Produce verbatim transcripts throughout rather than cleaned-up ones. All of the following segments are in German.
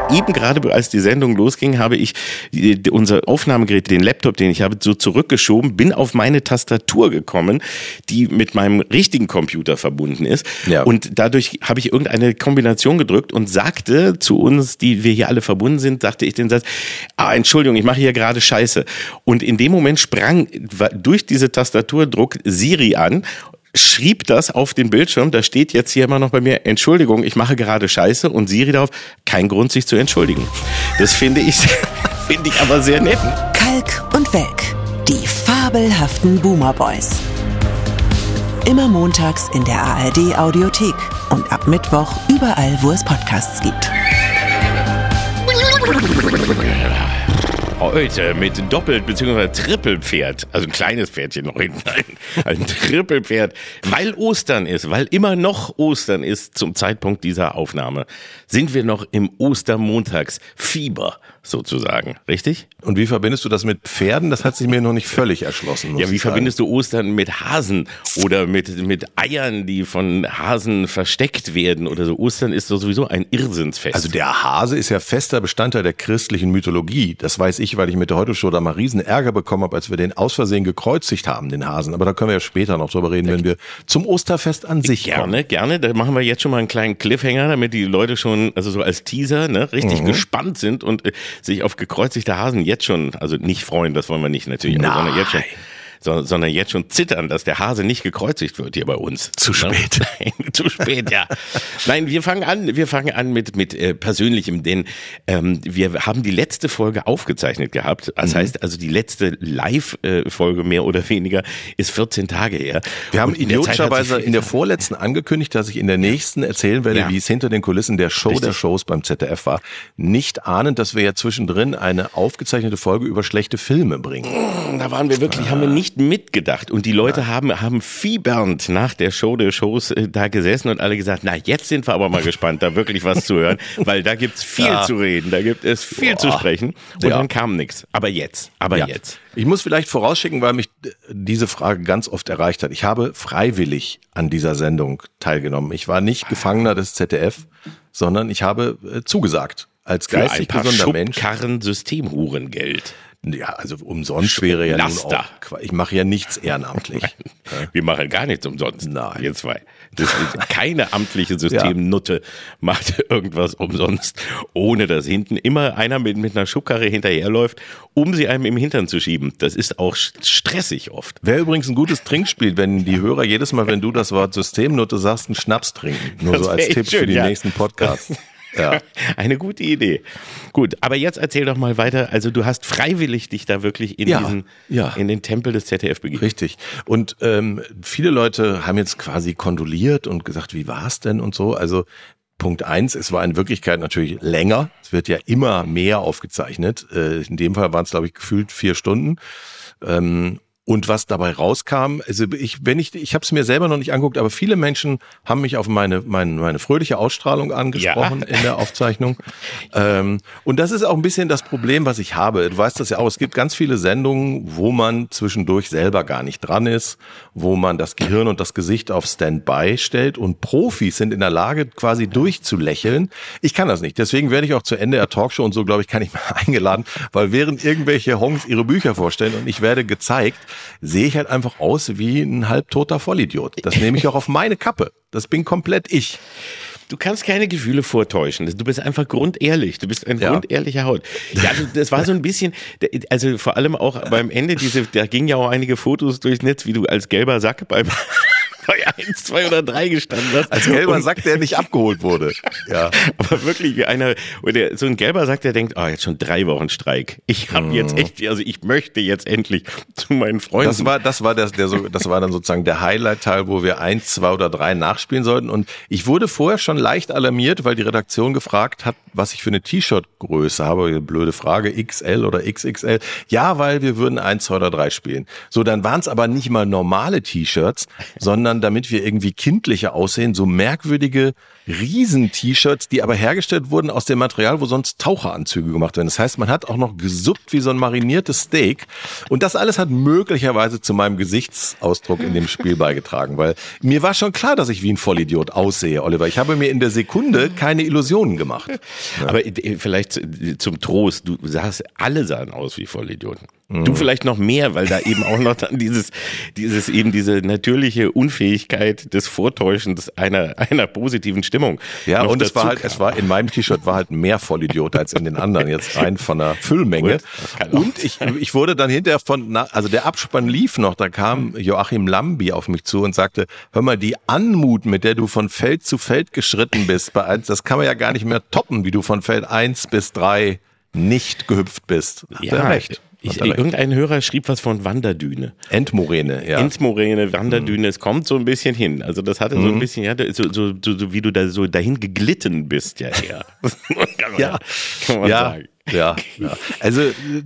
eben gerade, als die Sendung losging, habe ich unser Aufnahmegerät, den Laptop, den ich habe, so zurückgeschoben, bin auf meine Tastatur gekommen, die mit meinem richtigen Computer verbunden ist. Ja. Und dadurch habe ich irgendeine Kombination gedrückt und sagte zu uns, die wir hier alle verbunden sind, sagte ich den Satz, ah, Entschuldigung, ich mache hier gerade Scheiße. Und in dem Moment sprang durch diese Tastaturdruck Siri an, schrieb das auf den Bildschirm, da steht jetzt hier immer noch bei mir, Entschuldigung, ich mache gerade Scheiße, und Siri darauf, kein Grund, sich zu entschuldigen. Das finde ich, finde ich aber sehr nett. Kalk und Welk, die fabelhaften Boomer Boys. Immer montags in der A R D Audiothek und ab Mittwoch überall, wo es Podcasts gibt. Heute mit Doppelt- bzw. Trippelpferd, also ein kleines Pferdchen noch hinten, ein, ein Trippelpferd, weil Ostern ist, weil immer noch Ostern ist zum Zeitpunkt dieser Aufnahme, sind wir noch im Ostermontagsfieber sozusagen, richtig? Und wie verbindest du das mit Pferden? Das hat sich mir noch nicht völlig erschlossen. Ja, wie verbindest du Ostern mit Hasen oder mit, mit Eiern, die von Hasen versteckt werden oder so? Ostern ist doch sowieso ein Irrsinnsfest. Also der Hase ist ja fester Bestandteil der christlichen Mythologie. Das weiß ich, weil ich mit der Heute-Show da mal riesen Ärger bekommen habe, als wir den aus Versehen gekreuzigt haben, den Hasen. Aber da können wir ja später noch drüber reden, wenn wir zum Osterfest an sich gerne, kommen. Gerne, gerne. Da machen wir jetzt schon mal einen kleinen Cliffhanger, damit die Leute schon, also so als Teaser, ne, richtig mhm. gespannt sind und äh, sich auf gekreuzigte Hasen jetzt schon, also nicht freuen, das wollen wir nicht natürlich, aber, sondern jetzt schon, so, sondern jetzt schon zittern, dass der Hase nicht gekreuzigt wird hier bei uns. Zu spät. Nein, zu spät, ja. Nein, wir fangen an, wir fangen an mit mit äh, Persönlichem, denn ähm, wir haben die letzte Folge aufgezeichnet gehabt. Das mhm. heißt, also die letzte Live-Folge mehr oder weniger ist vierzehn Tage her. Wir haben idiotischerweise in der vorletzten angekündigt, dass ich in der nächsten erzählen werde, ja. wie es hinter den Kulissen der Show Richtig. der Shows beim Z D F war. Nicht ahnend, dass wir ja zwischendrin eine aufgezeichnete Folge über schlechte Filme bringen. Da waren wir wirklich, ah. haben wir nicht mitgedacht, und die Leute ja. haben haben fiebernd nach der Show der Shows äh, da gesessen und alle gesagt, na, jetzt sind wir aber mal gespannt, da wirklich was zu hören, weil da gibt's viel ja. zu reden, da gibt es viel Boah. zu sprechen, und ja. dann kam nichts. Aber jetzt, aber ja. jetzt. Ich muss vielleicht vorausschicken, weil mich diese Frage ganz oft erreicht hat. Ich habe freiwillig an dieser Sendung teilgenommen. Ich war nicht Gefangener des Z D F, sondern ich habe äh, zugesagt. Als geistig gesunder Mensch. Schubkarren Systemhurengeld. Ja, also umsonst wäre ja nun auch, ich mache ja nichts ehrenamtlich. Wir machen gar nichts umsonst. Nein. Wir zwei. Das ist keine amtliche Systemnutte ja. macht irgendwas umsonst, ohne dass hinten immer einer mit, mit einer Schubkarre hinterherläuft, um sie einem im Hintern zu schieben. Das ist auch stressig oft. Wäre übrigens ein gutes Trinkspiel, wenn die Hörer jedes Mal, wenn du das Wort Systemnutte sagst, einen Schnaps trinken. Nur das so als Tipp schön, für die ja. nächsten Podcasts. Ja. Eine gute Idee. Gut, aber jetzt erzähl doch mal weiter. Also du hast freiwillig dich da wirklich in ja, diesen, ja. in den Tempel des Z D F begeben. Richtig. Und ähm, viele Leute haben jetzt quasi kondoliert und gesagt, wie war es denn und so. Also Punkt eins, es war in Wirklichkeit natürlich länger. Es wird ja immer mehr aufgezeichnet. Äh, in dem Fall waren es, glaube ich, gefühlt vier Stunden. Ähm, Und was dabei rauskam, also ich, wenn ich, ich habe es mir selber noch nicht angeguckt, aber viele Menschen haben mich auf meine meine, meine fröhliche Ausstrahlung angesprochen ja. in der Aufzeichnung. ähm, und das ist auch ein bisschen das Problem, was ich habe. Du weißt das ja auch. Es gibt ganz viele Sendungen, wo man zwischendurch selber gar nicht dran ist, wo man das Gehirn und das Gesicht auf Standby stellt, und Profis sind in der Lage, quasi durchzulächeln. Ich kann das nicht. Deswegen werde ich auch zur Ende der Talkshow und so, glaube ich, kann ich mal eingeladen, weil während irgendwelche Honks ihre Bücher vorstellen und ich werde gezeigt, sehe ich halt einfach aus wie ein halbtoter Vollidiot. Das nehme ich auch auf meine Kappe. Das bin komplett ich. Du kannst keine Gefühle vortäuschen. Du bist einfach grundehrlich. Du bist ein ja. grundehrlicher Haut. Ja, das war so ein bisschen, also vor allem auch beim Ende, diese, da gingen ja auch einige Fotos durchs Netz, wie du als gelber Sack beim bei eins, zwei oder drei gestanden hast. Als gelber und Sack, der nicht abgeholt wurde. Ja. Aber wirklich wie einer, der, so ein gelber Sack, der denkt, ah, oh, jetzt schon drei Wochen Streik. Ich habe mm. jetzt echt, also ich möchte jetzt endlich zu meinen Freunden. Das war, das war der, der so, das war dann sozusagen der Highlight-Teil, wo wir eins, zwei oder drei nachspielen sollten. Und ich wurde vorher schon leicht alarmiert, weil die Redaktion gefragt hat, was ich für eine T-Shirt-Größe habe. Blöde Frage, X L oder X X L. Ja, weil wir würden eins, zwei oder drei spielen. So, dann waren es aber nicht mal normale T-Shirts, sondern dann, damit wir irgendwie kindlicher aussehen, so merkwürdige Riesen-T-Shirts, die aber hergestellt wurden aus dem Material, wo sonst Taucheranzüge gemacht werden. Das heißt, man hat auch noch gesuppt wie so ein mariniertes Steak. Und das alles hat möglicherweise zu meinem Gesichtsausdruck in dem Spiel beigetragen, weil mir war schon klar, dass ich wie ein Vollidiot aussehe, Oliver. Ich habe mir in der Sekunde keine Illusionen gemacht. Ja. Aber vielleicht zum Trost, du sahst, alle sahen aus wie Vollidioten. Du vielleicht noch mehr, weil da eben auch noch dann dieses, dieses eben diese natürliche Unfähigkeit des Vortäuschens einer, einer positiven Stimmung. Ja, und es war halt, kam. es war, in meinem T-Shirt war halt mehr Vollidiot als in den anderen, jetzt rein von der Füllmenge. Und ich, ich wurde dann hinterher von, also der Abspann lief noch, da kam Joachim Lambi auf mich zu und sagte, hör mal, die Anmut, mit der du von Feld zu Feld geschritten bist, bei eins, das kann man ja gar nicht mehr toppen, wie du von Feld eins bis drei nicht gehüpft bist. Hat ja, er recht. Ich, irgendein Hörer schrieb was von Wanderdüne. Endmoräne, ja. Endmoräne, Wanderdüne, mhm. es kommt so ein bisschen hin. Also das hatte so ein bisschen, ja, so, so, so, so wie du da so dahin geglitten bist, ja, eher. ja, kann man ja. sagen. Ja, ja, also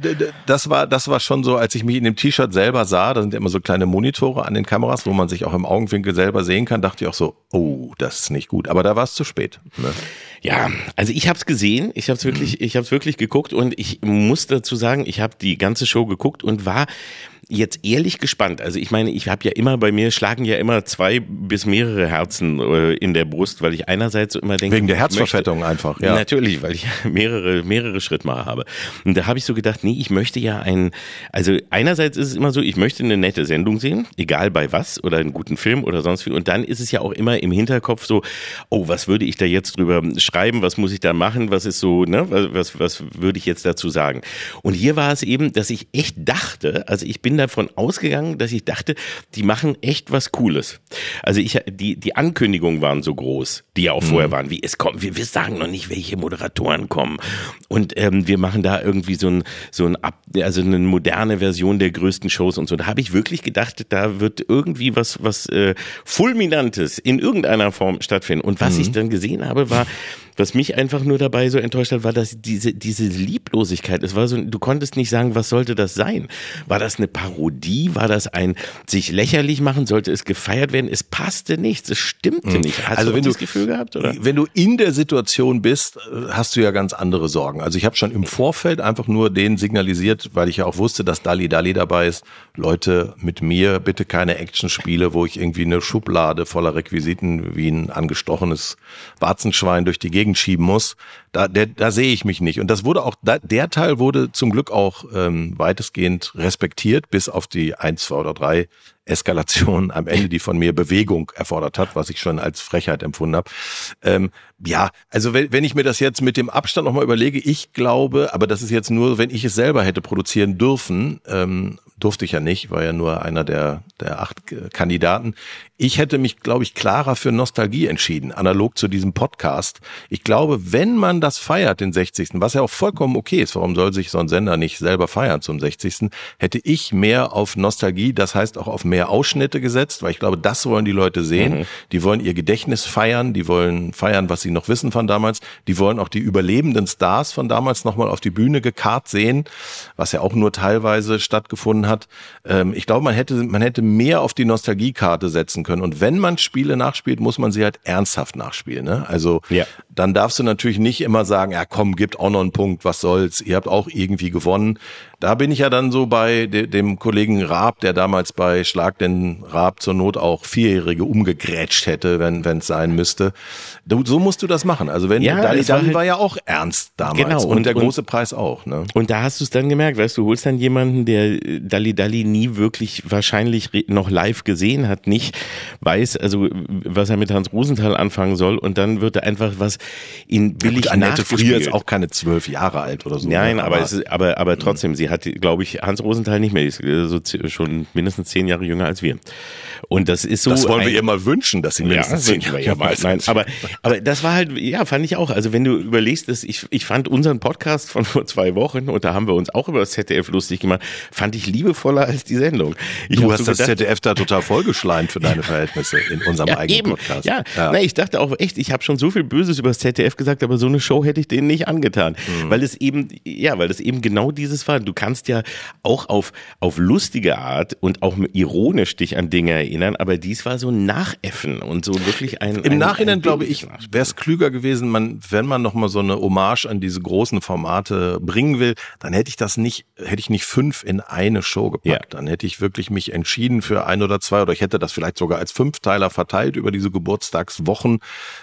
das war das war schon so, als ich mich in dem T-Shirt selber sah, da sind ja immer so kleine Monitore an den Kameras, wo man sich auch im Augenwinkel selber sehen kann, dachte ich auch so, oh, das ist nicht gut, aber da war es zu spät. Ne? Ja, also ich habe es gesehen, ich habe es wirklich, ich habe es wirklich geguckt und ich muss dazu sagen, ich habe die ganze Show geguckt und war jetzt ehrlich gespannt. Also ich meine, ich habe ja immer, bei mir schlagen ja immer zwei bis mehrere Herzen äh, in der Brust, weil ich einerseits so immer denke... Wegen der Herzverfettung möchte, einfach, ja. Natürlich, weil ich mehrere mehrere Schrittmacher habe. Und da habe ich so gedacht, nee, ich möchte ja einen... Also einerseits ist es immer so, ich möchte eine nette Sendung sehen, egal bei was, oder einen guten Film oder sonst viel. Und dann ist es ja auch immer im Hinterkopf so, oh, was würde ich da jetzt drüber schreiben, was muss ich da machen, was ist so, ne, was, was, was würde ich jetzt dazu sagen? Und hier war es eben, dass ich echt dachte, also ich bin davon ausgegangen, dass ich dachte, die machen echt was Cooles. Also ich, die, die Ankündigungen waren so groß, die ja auch vorher waren, wie es kommt, wir, wir sagen noch nicht, welche Moderatoren kommen. Und ähm, wir machen da irgendwie so ein, so ein, also eine moderne Version der größten Shows und so. Da habe ich wirklich gedacht, da wird irgendwie was, was äh, Fulminantes in irgendeiner Form stattfinden. Und was mhm. ich dann gesehen habe, war, was mich einfach nur dabei so enttäuscht hat, war, dass diese, diese Lieblosigkeit, es war so, du konntest nicht sagen, was sollte das sein? War das eine Parodie? War das ein sich lächerlich machen? Sollte es gefeiert werden? Es passte nichts, es stimmte nicht. Hast also du wenn das du, Gefühl gehabt, oder? Wenn du in der Situation bist, hast du ja ganz andere Sorgen. Also ich habe schon im Vorfeld einfach nur denen signalisiert, weil ich ja auch wusste, dass Dalli Dalli dabei ist, Leute, mit mir bitte keine Actionspiele, wo ich irgendwie eine Schublade voller Requisiten wie ein angestochenes Warzenschwein durch die Gegend schieben muss, da, der, da sehe ich mich nicht. Und das wurde auch, da, der Teil wurde zum Glück auch ähm, weitestgehend respektiert, bis auf die eins, zwei oder drei Eskalation am Ende, die von mir Bewegung erfordert hat, was ich schon als Frechheit empfunden habe. Ähm, ja, also wenn, wenn ich mir das jetzt mit dem Abstand nochmal überlege, ich glaube, aber das ist jetzt nur, wenn ich es selber hätte produzieren dürfen, ähm, durfte ich ja nicht, war ja nur einer der, der acht Kandidaten. Ich hätte mich, glaube ich, klarer für Nostalgie entschieden, analog zu diesem Podcast. Ich glaube, wenn man das feiert, den sechzigsten, was ja auch vollkommen okay ist, warum soll sich so ein Sender nicht selber feiern zum sechzigsten, hätte ich mehr auf Nostalgie, das heißt auch auf mehr Ausschnitte gesetzt, weil ich glaube, das wollen die Leute sehen. Mhm. Die wollen ihr Gedächtnis feiern, die wollen feiern, was sie noch wissen von damals. Die wollen auch die überlebenden Stars von damals nochmal auf die Bühne gekarrt sehen, was ja auch nur teilweise stattgefunden hat. Ich glaube, man hätte, man hätte mehr auf die Nostalgiekarte setzen können. Und wenn man Spiele nachspielt, muss man sie halt ernsthaft nachspielen. Ne? Also ja. Dann darfst du natürlich nicht immer sagen, ja komm, gibt auch noch einen Punkt, was soll's, ihr habt auch irgendwie gewonnen. Da bin ich ja dann so bei de- dem Kollegen Raab, der damals bei Schlag den Raab zur Not auch Vierjährige umgegrätscht hätte, wenn es sein müsste. Du, so musst du das machen. Also wenn ja, Dalli Dalli war, war ja auch ernst damals genau, und, und der und, große Preis auch. Ne? Und da hast du es dann gemerkt, weißt du, holst dann jemanden, der Dalli Dalli nie wirklich wahrscheinlich noch live gesehen hat, nicht weiß, also was er mit Hans Rosenthal anfangen soll und dann wird er einfach was in billig ja, Annette nachgespielt. Frier ist auch keine zwölf Jahre alt oder so. Nein, aber, aber, es ist, aber, aber trotzdem, sie hat, glaube ich, Hans Rosenthal nicht mehr, die ist so schon mindestens zehn Jahre jünger als wir. Und das ist so. Das wollen wir ihr mal wünschen, dass sie mindestens ja, zehn Jahre jünger ist. Nein, aber, aber das war halt, ja, fand ich auch. Also wenn du überlegst, dass ich, ich fand unseren Podcast von vor zwei Wochen, und da haben wir uns auch über das Z D F lustig gemacht, fand ich liebevoller als die Sendung. Ich du hast so das gedacht, Z D F da total vollgeschleimt für deine Verhältnisse in unserem ja, eigenen eben. Podcast. Ja, ja. Na, ich dachte auch echt, ich habe schon so viel Böses über das Z D F gesagt, aber so eine Show hätte ich denen nicht angetan. Mhm. Weil es eben, ja, weil es eben genau dieses war. Du kannst ja auch auf, auf lustige Art und auch ironisch dich an Dinge erinnern, aber dies war so ein Nachäffen und so wirklich ein... Im ein, Nachhinein, ein glaube ich, wäre es klüger gewesen, man, wenn man nochmal so eine Hommage an diese großen Formate bringen will, dann hätte ich das nicht, hätte ich nicht fünf in eine Show gepackt. Ja. Dann hätte ich wirklich mich entschieden für ein oder zwei, oder ich hätte das vielleicht sogar als Fünfteiler verteilt über diese Geburtstagswochen.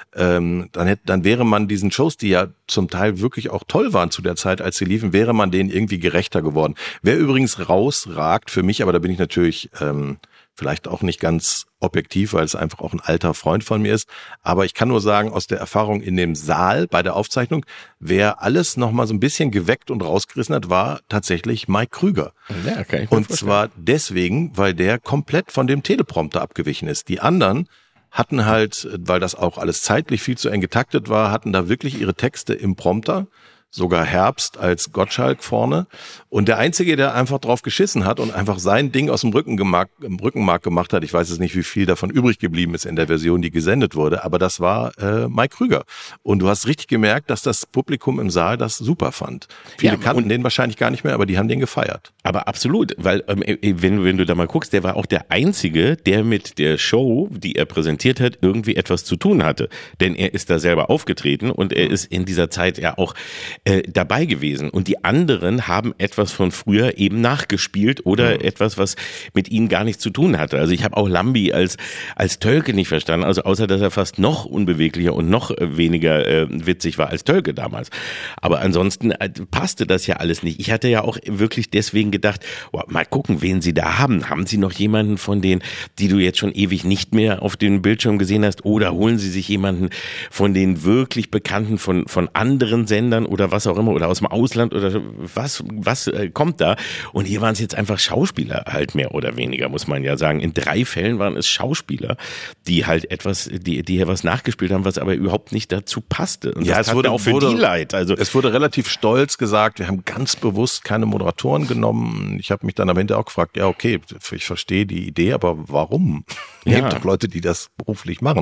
Ähm, dann hätte, dann wäre man diesen Shows, die ja zum Teil wirklich auch toll waren zu der Zeit, als sie liefen, wäre man denen irgendwie gerechter geworden. Wer übrigens rausragt für mich, aber da bin ich natürlich ähm, vielleicht auch nicht ganz objektiv, weil es einfach auch ein alter Freund von mir ist. Aber ich kann nur sagen, aus der Erfahrung in dem Saal bei der Aufzeichnung, wer alles nochmal so ein bisschen geweckt und rausgerissen hat, war tatsächlich Mike Krüger. Ja, okay, und zwar deswegen, weil der komplett von dem Teleprompter abgewichen ist. Die anderen hatten halt, weil das auch alles zeitlich viel zu eng getaktet war, hatten da wirklich ihre Texte im Prompter. Sogar Herbst als Gottschalk vorne. Und der Einzige, der einfach drauf geschissen hat und einfach sein Ding aus dem Rückenmark, im Rückenmark gemacht hat, ich weiß jetzt nicht, wie viel davon übrig geblieben ist in der Version, die gesendet wurde, aber das war äh, Mike Krüger. Und du hast richtig gemerkt, dass das Publikum im Saal das super fand. Viele ja, kannten den wahrscheinlich gar nicht mehr, aber die haben den gefeiert. Aber absolut, weil ähm, wenn, wenn du da mal guckst, der war auch der Einzige, der mit der Show, die er präsentiert hat, irgendwie etwas zu tun hatte. Denn er ist da selber aufgetreten und er ist in dieser Zeit ja auch Äh, dabei gewesen. Und die anderen haben etwas von früher eben nachgespielt oder mhm. etwas, was mit ihnen gar nichts zu tun hatte. Also ich habe auch Lambi als als Tölke nicht verstanden, also außer, dass er fast noch unbeweglicher und noch weniger äh, witzig war als Tölke damals. Aber ansonsten äh, passte das ja alles nicht. Ich hatte ja auch wirklich deswegen gedacht, oh, mal gucken, wen sie da haben. Haben sie noch jemanden von denen, die du jetzt schon ewig nicht mehr auf dem Bildschirm gesehen hast, oder holen sie sich jemanden von den wirklich Bekannten von von anderen Sendern oder was auch immer, oder aus dem Ausland oder was was äh, kommt da? Und hier waren es jetzt einfach Schauspieler halt mehr oder weniger, muss man ja sagen. In drei Fällen waren es Schauspieler, die halt etwas, die die hier was nachgespielt haben, was aber überhaupt nicht dazu passte. Und ja, das es wurde auch für wurde, die leid. Also es wurde relativ stolz gesagt, wir haben ganz bewusst keine Moderatoren genommen. Ich habe mich dann am Ende auch gefragt, ja okay, ich verstehe die Idee, aber warum? Ja. Nehmt doch Leute, die das beruflich machen.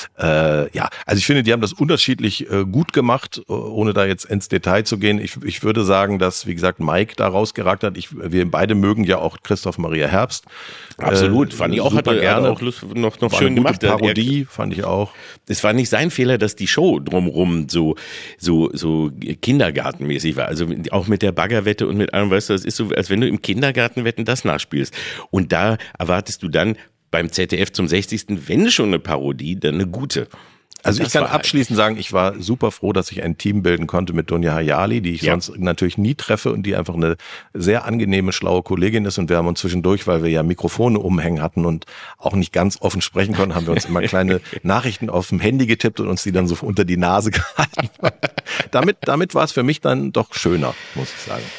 Äh, ja, also ich finde, die haben das unterschiedlich äh, gut gemacht, ohne da jetzt ins Detail zu gehen. Ich, ich würde sagen, dass, wie gesagt, Mike da rausgeragt hat. Ich, wir beide mögen ja auch Christoph Maria Herbst. Absolut, äh, fand ich auch, hat er gerne. auch Lust, noch, noch war schön eine gemacht. Gute Parodie, er, fand ich auch. Es war nicht sein Fehler, dass die Show drumrum so, so, so kindergartenmäßig war. Also auch mit der Baggerwette und mit allem, weißt du, das ist so, als wenn du im Kindergarten Wetten das nachspielst. Und da erwartest du dann beim Z D F zum sechzigsten wenn schon eine Parodie, dann eine gute. Also ich kann abschließend sagen, ich war super froh, dass ich ein Team bilden konnte mit Dunja Hayali, die ich ja. sonst natürlich nie treffe und die einfach eine sehr angenehme, schlaue Kollegin ist. Und wir haben uns zwischendurch, weil wir ja Mikrofone umhängen hatten und auch nicht ganz offen sprechen konnten, haben wir uns immer kleine Nachrichten auf dem Handy getippt und uns die dann so unter die Nase gehalten. damit, damit war es für mich dann doch schöner, muss ich sagen.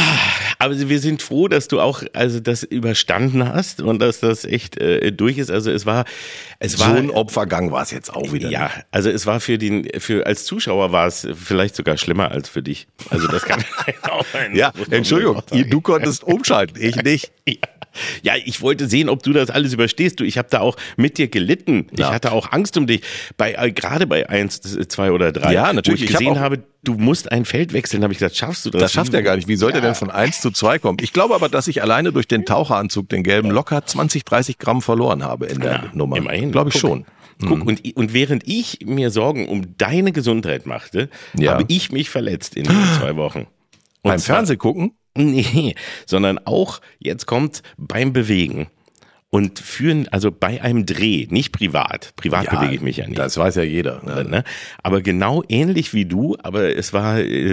Aber wir sind froh, dass du auch also das überstanden hast und dass das echt äh, durch ist. Also es war, es war so ein Opfergang war es jetzt auch wieder. Ja, nicht. Also es war für den, für als Zuschauer war es vielleicht sogar schlimmer als für dich. Also das kann auch sein. Ja, Entschuldigung, du konntest umschalten, ich nicht. Ja. Ja, ich wollte sehen, ob du das alles überstehst. Du, ich habe da auch mit dir gelitten. Ich ja. hatte auch Angst um dich. Bei äh, gerade bei eins, zwei oder drei. Ja, natürlich. Wo ich gesehen ich hab habe, du musst ein Feld wechseln, habe ich gesagt, schaffst du das? Das schafft er gar nicht. Wie soll ja. der denn von eins zu zwei kommen? Ich glaube aber, dass ich alleine durch den Taucheranzug, den gelben, locker zwanzig, dreißig Gramm verloren habe in der ja, Nummer. Immerhin. Glaube ich Guck. schon. Guck, und, und während ich mir Sorgen um deine Gesundheit machte, ja. habe ich mich verletzt in den zwei Wochen. Und beim Fernsehgucken? Nee, sondern auch, jetzt kommt beim Bewegen. Und führen, also bei einem Dreh, nicht privat. Privat ja, bewege ich mich ja nicht. Das weiß ja jeder. Ne? Aber genau ähnlich wie du, aber es war,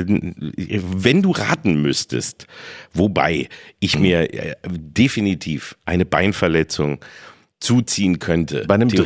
wenn du raten müsstest, wobei ich mir definitiv eine Beinverletzung zuziehen könnte. Bei einem Dreh.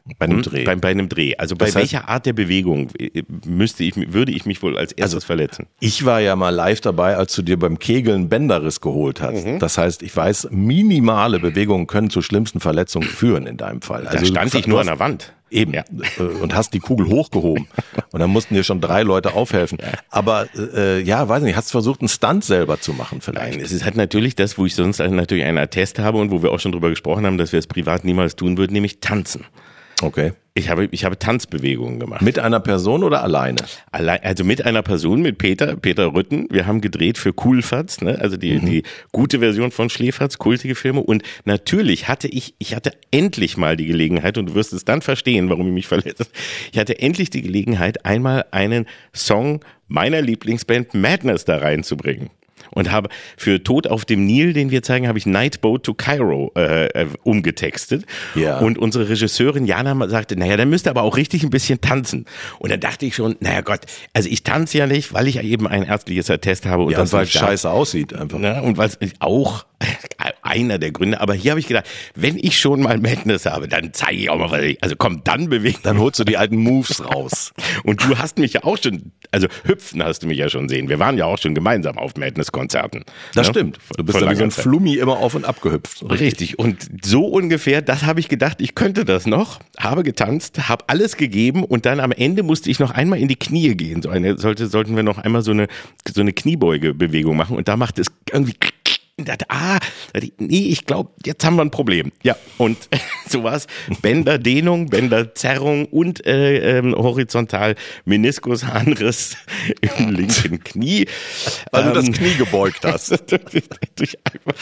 Bei einem Dreh. Bei, bei einem Dreh. Also bei das heißt, welcher Art der Bewegung müsste ich, würde ich mich wohl als erstes also, verletzen? Ich war ja mal live dabei, als du dir beim Kegeln Bänderriss geholt hast. Mhm. Das heißt, ich weiß, minimale Bewegungen können zu schlimmsten Verletzungen führen in deinem Fall. Also da stand ich nur an der Wand. Eben. Ja. Und hast die Kugel hochgehoben. Und dann mussten dir schon drei Leute aufhelfen. Aber äh, ja, weiß nicht, hast du versucht, einen Stunt selber zu machen vielleicht? Nein, es ist halt natürlich das, wo ich sonst natürlich einen Attest habe und wo wir auch schon drüber gesprochen haben, dass wir es privat niemals tun würden, nämlich tanzen. Okay. Ich habe, ich habe Tanzbewegungen gemacht. Mit einer Person oder alleine? Allein, also mit einer Person, mit Peter, Peter Rütten. Wir haben gedreht für Coolfatz, ne? Also die, mhm. die gute Version von Schläferz, kultige Filme. Und natürlich hatte ich, ich hatte endlich mal die Gelegenheit, und du wirst es dann verstehen, warum ich mich verletze. Ich hatte endlich die Gelegenheit, einmal einen Song meiner Lieblingsband Madness da reinzubringen. Und habe für Tod auf dem Nil, den wir zeigen, habe ich Nightboat to Cairo äh, umgetextet. Ja. Und unsere Regisseurin Jana sagte, naja, dann müsst ihr aber auch richtig ein bisschen tanzen. Und dann dachte ich schon, naja Gott, also ich tanze ja nicht, weil ich ja eben ein ärztliches Attest habe. Und ja, weil es scheiße aussieht einfach. Na, und weil es auch einer der Gründe. Aber hier habe ich gedacht, wenn ich schon mal Madness habe, dann zeige ich auch mal, was ich, also komm, dann bewegen. Dann holst du die alten Moves raus. Und du hast mich ja auch schon, also hüpfen hast du mich ja schon sehen. Wir waren ja auch schon gemeinsam auf Madness-Konzerten. Das ne? stimmt. Du bist ja wie so ein Flummi immer auf und ab gehüpft. Richtig. Richtig. Und so ungefähr, das habe ich gedacht, ich könnte das noch, habe getanzt, habe alles gegeben und dann am Ende musste ich noch einmal in die Knie gehen. So eine, sollte, sollten wir noch einmal so eine, so eine Kniebeugebewegung machen und da macht es irgendwie dachte, ah, nee, ich glaube, jetzt haben wir ein Problem. Ja, und so war's. Bänderdehnung, Bänderzerrung und äh, ähm, horizontal Meniskusharnriss im linken Knie. Weil ähm, du das Knie gebeugt hast. durch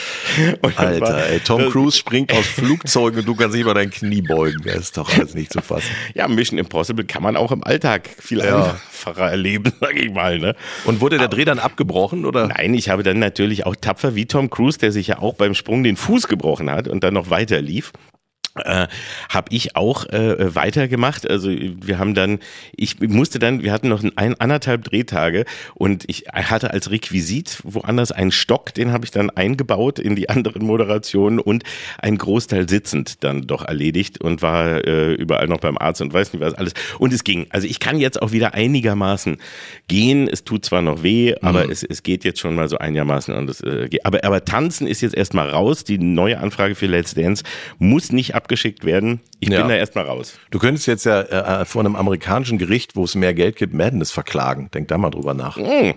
und Alter, war, ey, Tom Cruise springt aus Flugzeugen und du kannst nicht mal dein Knie beugen. Das ist doch alles nicht zu fassen. Ja, Mission Impossible kann man auch im Alltag viel ja. einfacher erleben, sag ich mal. Ne? Und wurde der Dreh dann abgebrochen, oder? Nein, ich habe dann natürlich auch tapfer wie Tom Cruise, der sich ja auch beim Sprung den Fuß gebrochen hat und dann noch weiter lief. Äh, habe ich auch äh, weitergemacht. Also wir haben dann, ich musste dann, wir hatten noch ein, anderthalb Drehtage und ich hatte als Requisit woanders einen Stock, den habe ich dann eingebaut in die anderen Moderationen und einen Großteil sitzend dann doch erledigt und war äh, überall noch beim Arzt und weiß nicht was alles. Und es ging. Also ich kann jetzt auch wieder einigermaßen gehen. Es tut zwar noch weh, aber mhm. es, es geht jetzt schon mal so einigermaßen. Und es, äh, geht. Aber, aber tanzen ist jetzt erstmal raus. Die neue Anfrage für Let's Dance muss nicht abgeschickt werden. Ich ja. bin da erstmal raus. Du könntest jetzt ja äh, vor einem amerikanischen Gericht, wo es mehr Geld gibt, Madness verklagen. Denk da mal drüber nach. Mm.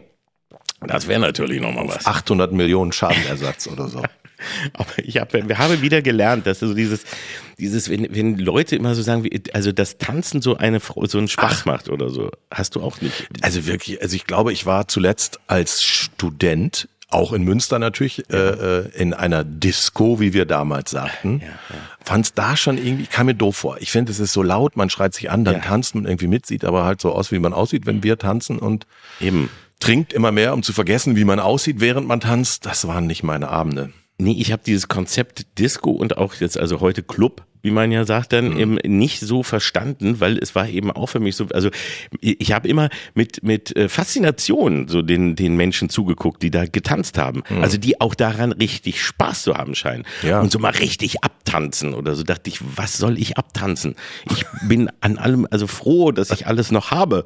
Das wäre natürlich nochmal was. achthundert Millionen Schadenersatz oder so. Aber ich habe, wir haben wieder gelernt, dass so dieses, dieses, wenn, wenn Leute immer so sagen, wie, also das Tanzen so eine, so einen Spaß Ach. macht oder so, hast du auch nicht. Also wirklich, also ich glaube, ich war zuletzt als Student auch in Münster natürlich, ja. äh, in einer Disco, wie wir damals sagten. Ja, ja. Fand's da schon irgendwie, kam mir doof vor. Ich finde, es ist so laut, man schreit sich an, dann ja. tanzt man irgendwie mit, sieht aber halt so aus, wie man aussieht, wenn wir tanzen und eben trinkt immer mehr, um zu vergessen, wie man aussieht, während man tanzt. Das waren nicht meine Abende. Nee, ich habe dieses Konzept Disco und auch jetzt also heute Club, wie man ja sagt, dann mhm. eben nicht so verstanden, weil es war eben auch für mich so, also ich habe immer mit mit Faszination so den den Menschen zugeguckt, die da getanzt haben, mhm. also die auch daran richtig Spaß zu haben scheinen ja. und so mal richtig abtanzen oder so, dachte ich, was soll ich abtanzen? Ich bin an allem also froh, dass ich alles noch habe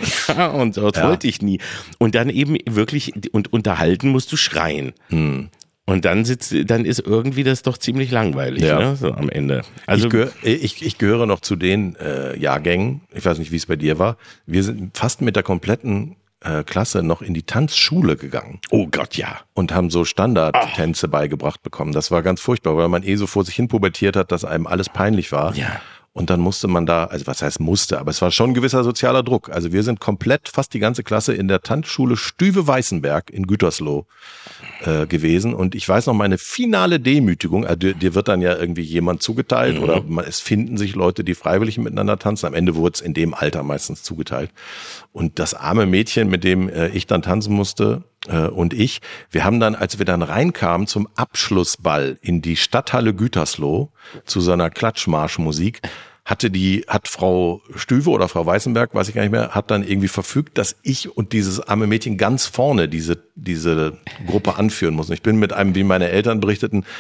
und so, das ja. wollte ich nie und dann eben wirklich und unterhalten musst du schreien. Mhm. Und dann sitzt, dann ist irgendwie das doch ziemlich langweilig, ja. ne? So am Ende. Also ich, gehör, ich, ich gehöre noch zu den äh, Jahrgängen. Ich weiß nicht, wie es bei dir war. Wir sind fast mit der kompletten äh, Klasse noch in die Tanzschule gegangen. Oh Gott, ja. Und haben so Standardtänze oh. beigebracht bekommen. Das war ganz furchtbar, weil man eh so vor sich hin pubertiert hat, dass einem alles peinlich war. Ja. Und dann musste man da, also was heißt musste, aber es war schon ein gewisser sozialer Druck. Also wir sind komplett, fast die ganze Klasse in der Tanzschule Stüwe-Weißenberg in Gütersloh äh, gewesen. Und ich weiß noch, meine finale Demütigung, also dir, dir wird dann ja irgendwie jemand zugeteilt mhm. oder man, es finden sich Leute, die freiwillig miteinander tanzen. Am Ende wurde es in dem Alter meistens zugeteilt. Und das arme Mädchen, mit dem äh, ich dann tanzen musste, äh, und ich, wir haben dann, als wir dann reinkamen zum Abschlussball in die Stadthalle Gütersloh zu so einer Klatschmarschmusik, hatte die, hat Frau Stüwe oder Frau Weißenberg, weiß ich gar nicht mehr, hat dann irgendwie verfügt, dass ich und dieses arme Mädchen ganz vorne diese, diese Gruppe anführen mussten. Ich bin mit einem, wie meine Eltern berichteten,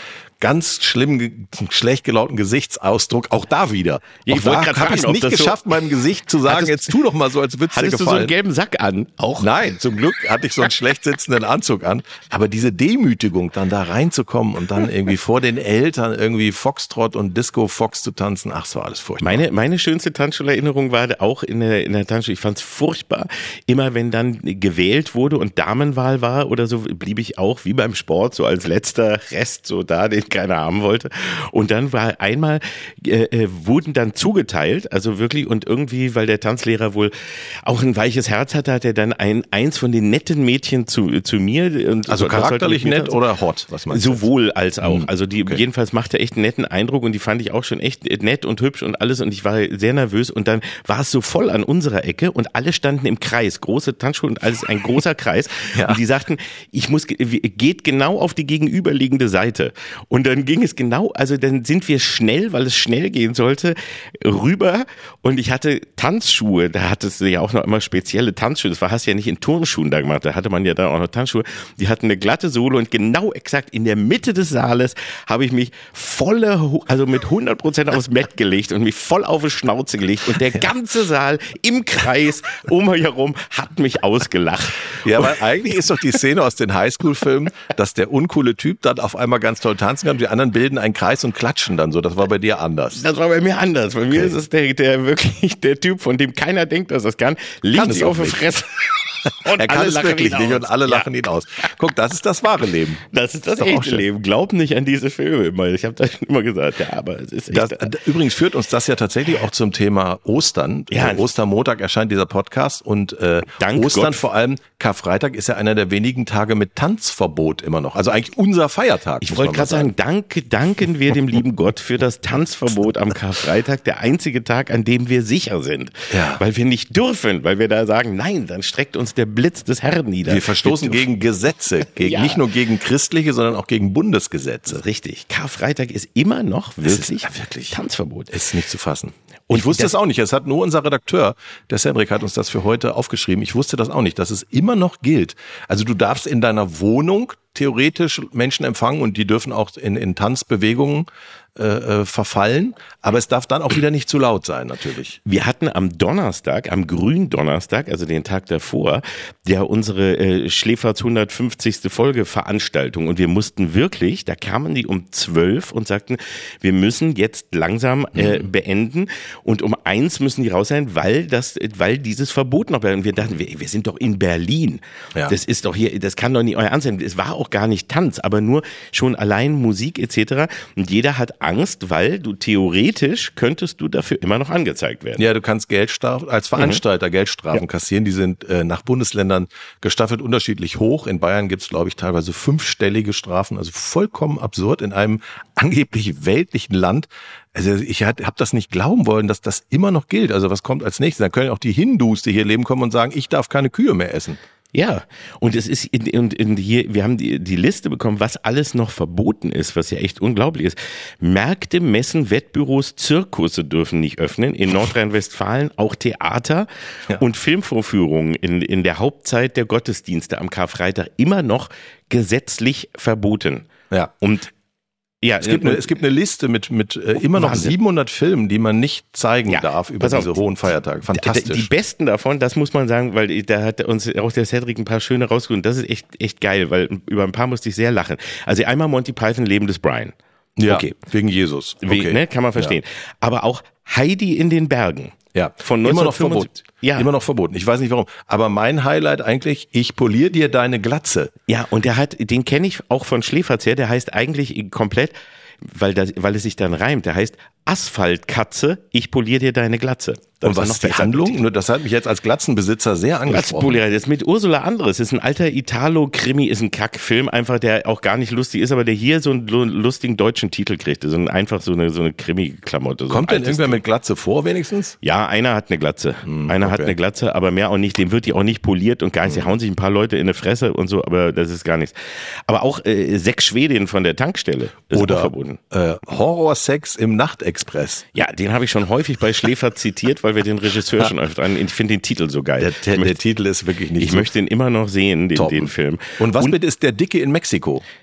ganz schlimm, ge- schlecht gelaunten Gesichtsausdruck, auch da wieder. Ja, auch ich wollte da gerade habe ich es fragen, ob nicht das so- geschafft, meinem Gesicht zu sagen, Hattest- jetzt tu doch mal so, als würde es dir Hattest du so gefallen. einen gelben Sack an? Auch? Nein, zum Glück hatte ich so einen schlecht sitzenden Anzug an. Aber diese Demütigung, dann da reinzukommen und dann irgendwie vor den Eltern irgendwie Foxtrot und Disco-Fox zu tanzen, ach, es war alles furchtbar. Meine, meine schönste Tanzschulerinnerung war auch in der, in der Tanzschule. Ich fand es furchtbar. Immer wenn dann gewählt wurde und Damenwahl war oder so, blieb ich auch wie beim Sport so als letzter Rest so da, den keiner haben wollte. Und dann war einmal, äh, äh, wurden dann zugeteilt, also wirklich, und irgendwie, weil der Tanzlehrer wohl auch ein weiches Herz hatte, hat er dann ein, eins von den netten Mädchen zu, zu mir. Und Also das sollte charakterlich mit mir nett tanzen. oder hot, was meinst du? Sowohl als auch. Hm, Also die okay. jedenfalls machte echt einen netten Eindruck und die fand ich auch schon echt nett und hübsch und alles und ich war sehr nervös und dann war es so voll an unserer Ecke und alle standen im Kreis, große Tanzschule und alles ein großer Kreis Ja. und die sagten, ich muss, geht genau auf die gegenüberliegende Seite und dann ging es genau, also dann sind wir schnell, weil es schnell gehen sollte, rüber und ich hatte Tanzschuhe, da hattest du ja auch noch immer spezielle Tanzschuhe, das war, hast du ja nicht in Turnschuhen da gemacht, da hatte man ja dann auch noch Tanzschuhe, die hatten eine glatte Sohle und genau exakt in der Mitte des Saales habe ich mich volle, also mit hundert Prozent aufs Bett gelegt und mich voll auf die Schnauze gelegt und der ganze Saal im Kreis um mich herum hat mich ausgelacht. Ja, aber eigentlich ist doch die Szene aus den Highschool-Filmen, dass der uncoole Typ dann auf einmal ganz toll tanzen kann und die anderen bilden einen Kreis und klatschen dann so. Das war bei dir anders. Das war bei mir anders. Bei mir Okay. ist es der, der wirklich der Typ, von dem keiner denkt, dass er es kann, liegt Kann es sich auch auf die nicht. Fresse. Und Er kann alle es lachen wirklich ihn nicht aus. und alle lachen Ja. ihn aus. Guck, das ist das wahre Leben. Das ist das doch auch echte schön. Leben. Glaub nicht an diese Filme immer. Ich habe das schon immer gesagt, ja, aber es ist echt. Das, übrigens führt uns das ja tatsächlich auch zum Thema Ostern. Ja. Äh, Ostermontag erscheint dieser Podcast und äh, Dank Ostern Gott. vor allem, Karfreitag ist ja einer der wenigen Tage mit Tanzverbot immer noch. Also eigentlich unser Feiertag. Ich muss wollte man gerade mal sagen, danke, danken wir dem lieben Gott für das Tanzverbot am Karfreitag, der einzige Tag, an dem wir sicher sind. Ja. Weil wir nicht dürfen, weil wir da sagen, nein, dann streckt uns der Blitz des Herrn nieder. Wir verstoßen dürfen- gegen Gesetze, gegen, Ja. nicht nur gegen christliche, sondern auch gegen Bundesgesetze. Richtig. Karfreitag ist immer noch Es ist- wirklich, ja, wirklich. Tanzverbot. Ist nicht zu fassen. Und ich wusste das- es auch nicht. Es hat nur unser Redakteur, der Cedric, hat uns das für heute aufgeschrieben. Ich wusste das auch nicht, dass es immer noch gilt. Also du darfst in deiner Wohnung theoretisch Menschen empfangen und die dürfen auch in, in Tanzbewegungen äh, äh, verfallen. Aber es darf dann auch wieder nicht zu laut sein, natürlich. Wir hatten am Donnerstag, am Gründonnerstag, also den Tag davor, ja unsere äh, Schläferz hundertfünfzigste Folge Veranstaltung und wir mussten wirklich, da kamen die um zwölf und sagten, wir müssen jetzt langsam äh, beenden und um eins müssen die raus sein, weil das, weil dieses Verbot noch, und wir dachten, wir, wir sind doch in Berlin. Ja. Das ist doch hier, das kann doch nicht euer Ernst sein. Es war auch gar nicht Tanz, aber nur schon allein Musik et cetera. Und jeder hat Angst, weil du theoretisch könntest du dafür immer noch angezeigt werden. Ja, du kannst Geldstrafen, als Veranstalter Geldstrafen Ja. kassieren. Die sind äh, nach Bundesländern gestaffelt unterschiedlich hoch. In Bayern gibt's, glaube ich, teilweise fünfstellige Strafen. Also vollkommen absurd in einem angeblich weltlichen Land. Also ich habe das nicht glauben wollen, dass das immer noch gilt. Also was kommt als nächstes? Dann können auch die Hindus, die hier leben, kommen und sagen, ich darf keine Kühe mehr essen. Ja, und es ist in, in, in hier, wir haben die, die Liste bekommen, was alles noch verboten ist, was ja echt unglaublich ist. Märkte, Messen, Wettbüros, Zirkusse dürfen nicht öffnen. In Nordrhein-Westfalen auch Theater Ja. und Filmvorführungen in, in der Hauptzeit der Gottesdienste am Karfreitag immer noch gesetzlich verboten. Ja. Und ja, Es gibt, eine, es gibt eine Liste mit, mit äh, immer noch Wahnsinn. siebenhundert Filmen, die man nicht zeigen Ja, darf über pass auf. diese hohen Feiertage. Fantastisch. Die besten davon, das muss man sagen, weil da hat uns auch der Cedric ein paar schöne rausgeholt. Das ist echt, echt geil, weil über ein paar musste ich sehr lachen. Also einmal Monty Python, Leben des Brian. ja, okay. wegen Jesus. Wie, Okay. ne, kann man verstehen. Aber auch Heidi in den Bergen. Ja, Von immer noch neunzehnhundertfünfundsiebzig. verboten. Ja. Immer noch verboten. Ich weiß nicht warum. Aber mein Highlight eigentlich, ich poliere dir deine Glatze. Ja, und der hat, den kenne ich auch von Schläferz her, der heißt eigentlich komplett, weil, das, weil es sich dann reimt, der heißt Asphaltkatze, ich poliere dir deine Glatze. Das Und was noch ist die besser. Handlung? Nur das hat mich jetzt als Glatzenbesitzer sehr angesprochen. Glatzpolierer, das ist mit Ursula Andres, ist ein alter Italo-Krimi, ist ein Kackfilm, einfach, der auch gar nicht lustig ist, aber der hier so einen lustigen deutschen Titel kriegte, so ein, einfach so eine, so eine Krimi-Klamotte. So Kommt ein denn altes irgendwer Ding. mit Glatze vor wenigstens? Ja, einer hat eine Glatze. einer hat okay. eine Glatze, aber mehr auch nicht. Dem wird die auch nicht poliert und gar nicht. Die hauen sich ein paar Leute in die Fresse und so, aber das ist gar nichts. Aber auch äh, sechs Schwedinnen von der Tankstelle ist auch Oder verboten. äh, Horrorsex im Nachtexpress. Ja, den habe ich schon häufig bei Schläfer zitiert, weil wir den Regisseur schon öfter an. Ich finde den Titel so geil. Der, ich der, der möchte, Titel ist wirklich nicht ich so möchte ihn immer noch sehen, den, top. den Film. Und was mit ist der Dicke in Mexiko?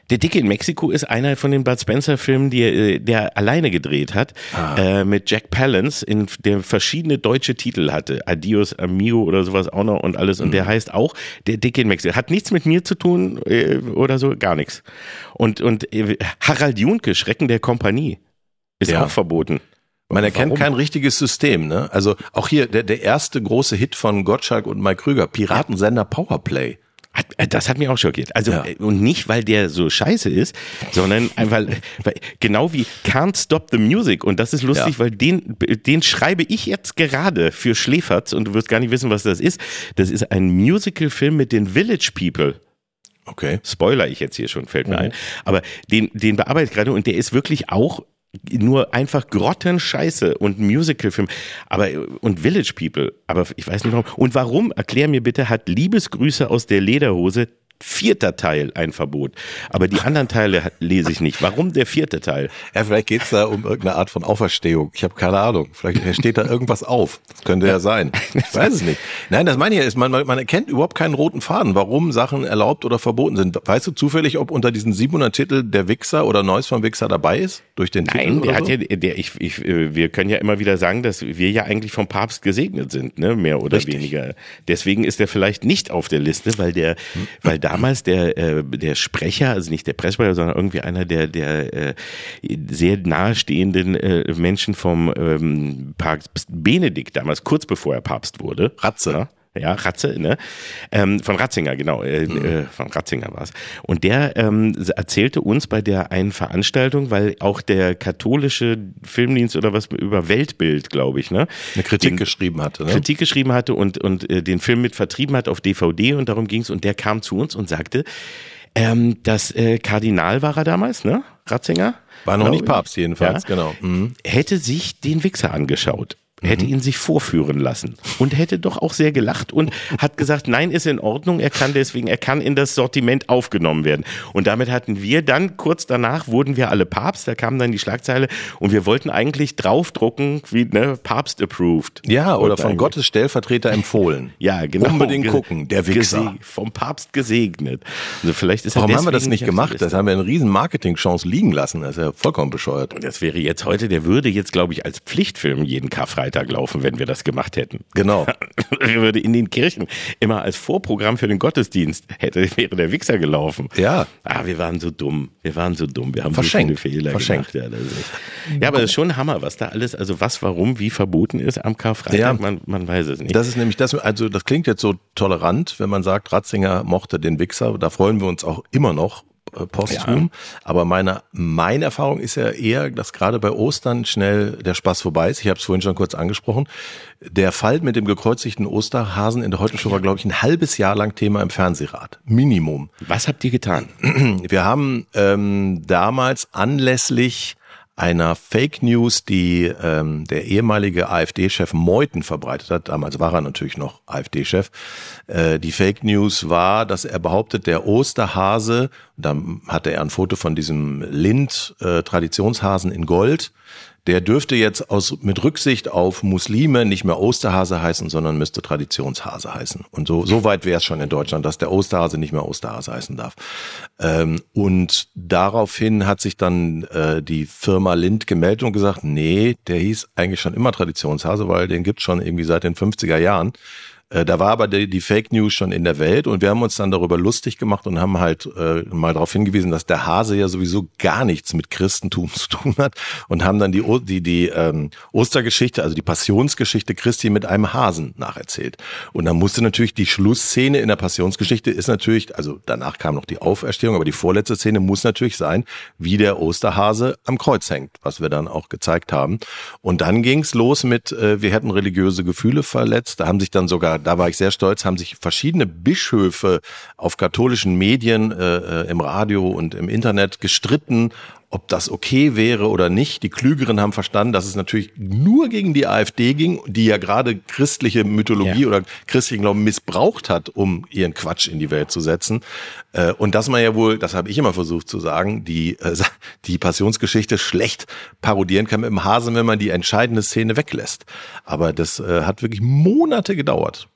Der Dicke in Mexiko ist einer von den Bud Spencer-Filmen, die der alleine gedreht hat, ah. äh, mit Jack Palance, in der verschiedene deutsche Titel hatte. Adios Amigo oder sowas auch noch und alles. Und mhm. der heißt auch Der Dicke in Mexiko. Hat nichts mit mir zu tun äh, oder so, gar nichts. Und, und äh, Harald Juhnke, Schrecken der Kompanie, ist ja auch verboten. Man erkennt Warum? Kein richtiges System, ne? Also auch hier der, der erste große Hit von Gottschalk und Mike Krüger, Piratensender Powerplay. Das hat mich auch schockiert. Also, ja. Und nicht, weil der so scheiße ist, sondern einfach, weil, genau wie Can't Stop the Music. Und das ist lustig, ja. weil den, den schreibe ich jetzt gerade für Schläferz und du wirst gar nicht wissen, was das ist. Das ist ein Musical-Film mit den Village People. Okay. Spoiler ich jetzt hier schon, fällt mir mhm. ein. Aber den, den bearbeite ich gerade und der ist wirklich auch nur einfach Grottenscheiße und Musicalfilm, aber und Village People, aber ich weiß nicht warum. Und warum, erklär mir bitte, hat Liebesgrüße aus der Lederhose vierter Teil ein Verbot. Aber die anderen Teile lese ich nicht. Warum der vierte Teil? Ja, vielleicht geht's da um irgendeine Art von Auferstehung. Ich habe keine Ahnung. Vielleicht steht da irgendwas auf. Das könnte ja sein. Ich weiß es nicht. Nein, das meine ich ja, ist, man, man erkennt überhaupt keinen roten Faden, warum Sachen erlaubt oder verboten sind. Weißt du zufällig, ob unter diesen siebenhundert Titeln der Wichser oder Neues vom Wichser dabei ist? Durch den Nein, Titel der hat so? ja, der, ich, ich, wir können ja immer wieder sagen, dass wir ja eigentlich vom Papst gesegnet sind, ne, mehr oder Richtig. weniger. Deswegen ist der vielleicht nicht auf der Liste, weil der, weil damals der, äh, der Sprecher, also nicht der Pressesprecher, sondern irgendwie einer der, der äh, sehr nahestehenden äh, Menschen vom ähm, Papst Benedikt damals, kurz bevor er Papst wurde. Ratze. Ja? Ja, Ratze, ne? Ähm, von Ratzinger, genau, äh, mhm. äh, von Ratzinger war es. Und der ähm, erzählte uns bei der einen Veranstaltung, weil auch der katholische Filmdienst oder was über Weltbild, glaube ich, ne? Eine Kritik den, geschrieben hatte, ne? Kritik geschrieben hatte und, und äh, den Film mit vertrieben hat auf D V D und darum ging's. Und der kam zu uns und sagte, ähm, das äh, Kardinal war er damals, ne? Ratzinger? War noch nicht Papst jedenfalls, ja? Genau. Mhm. Hätte sich den Wichser angeschaut. Hätte ihn sich vorführen lassen und hätte doch auch sehr gelacht und hat gesagt, nein, ist in Ordnung, er kann deswegen, er kann in das Sortiment aufgenommen werden. Und damit hatten wir dann, kurz danach wurden wir alle Papst, da kam dann die Schlagzeile und wir wollten eigentlich draufdrucken, wie, ne, Papst approved. Ja, oder von Gottes Stellvertreter empfohlen. Ja, genau. Unbedingt gucken, der Wichser. Vom Papst gesegnet. Also vielleicht ist Warum haben wir das nicht gemacht? Das haben wir eine riesen Marketing-Chance liegen lassen, das ist ja vollkommen bescheuert. Das wäre jetzt heute, der würde jetzt, glaube ich, als Pflichtfilm jeden Karfreitag laufen, wenn wir das gemacht hätten. Genau. Er würde in den Kirchen immer als Vorprogramm für den Gottesdienst hätte, wäre der Wichser gelaufen. Ja. Ah, wir waren so dumm. Wir waren so dumm. Wir haben Verschenkt. so viele Fehler Verschenkt. gemacht. Ja, das ist ja, aber das ist schon ein Hammer, was da alles, also was, warum, wie verboten ist am Karfreitag, ja. man, man weiß es nicht. Das ist nämlich das, also das klingt jetzt so tolerant, wenn man sagt, Ratzinger mochte den Wichser. Da freuen wir uns auch immer noch. Posthum, ja. Aber meine, meine Erfahrung ist ja eher, dass gerade bei Ostern schnell der Spaß vorbei ist. Ich habe es vorhin schon kurz angesprochen. Der Fall mit dem gekreuzigten Osterhasen in der Heute Show war, glaube ich, ein halbes Jahr lang Thema im Fernsehrat. Minimum. Was habt ihr getan? Wir haben ähm, damals anlässlich einer Fake News, die ähm, der ehemalige AfD-Chef Meuthen verbreitet hat. Damals war er natürlich noch AfD-Chef. Äh, die Fake News war, dass er behauptet, der Osterhase, da hatte er ein Foto von diesem Lind-Traditionshasen äh, in Gold, der dürfte jetzt aus mit Rücksicht auf Muslime nicht mehr Osterhase heißen, sondern müsste Traditionshase heißen. Und so so weit wäre es schon in Deutschland, dass der Osterhase nicht mehr Osterhase heißen darf. Ähm, und daraufhin hat sich dann äh, die Firma Lind gemeldet und gesagt, nee, der hieß eigentlich schon immer Traditionshase, weil den gibt's schon irgendwie seit den fünfziger Jahren. Da war aber die, die Fake News schon in der Welt und wir haben uns dann darüber lustig gemacht und haben halt äh, mal darauf hingewiesen, dass der Hase ja sowieso gar nichts mit Christentum zu tun hat und haben dann die die die ähm, Ostergeschichte, also die Passionsgeschichte Christi mit einem Hasen nacherzählt. Und dann musste natürlich die Schlussszene in der Passionsgeschichte ist natürlich, also danach kam noch die Auferstehung, aber die vorletzte Szene muss natürlich sein, wie der Osterhase am Kreuz hängt, was wir dann auch gezeigt haben. Und dann ging's los mit, äh, wir hätten religiöse Gefühle verletzt, da haben sich dann sogar da war ich sehr stolz, haben sich verschiedene Bischöfe auf katholischen Medien, äh, im Radio und im Internet gestritten, ob das okay wäre oder nicht. Die Klügeren haben verstanden, dass es natürlich nur gegen die AfD ging, die ja gerade christliche Mythologie ja. oder christlichen Glauben missbraucht hat, um ihren Quatsch in die Welt zu setzen. Und dass man ja wohl, das habe ich immer versucht zu sagen, die die Passionsgeschichte schlecht parodieren kann mit dem Hasen, wenn man die entscheidende Szene weglässt. Aber das hat wirklich Monate gedauert.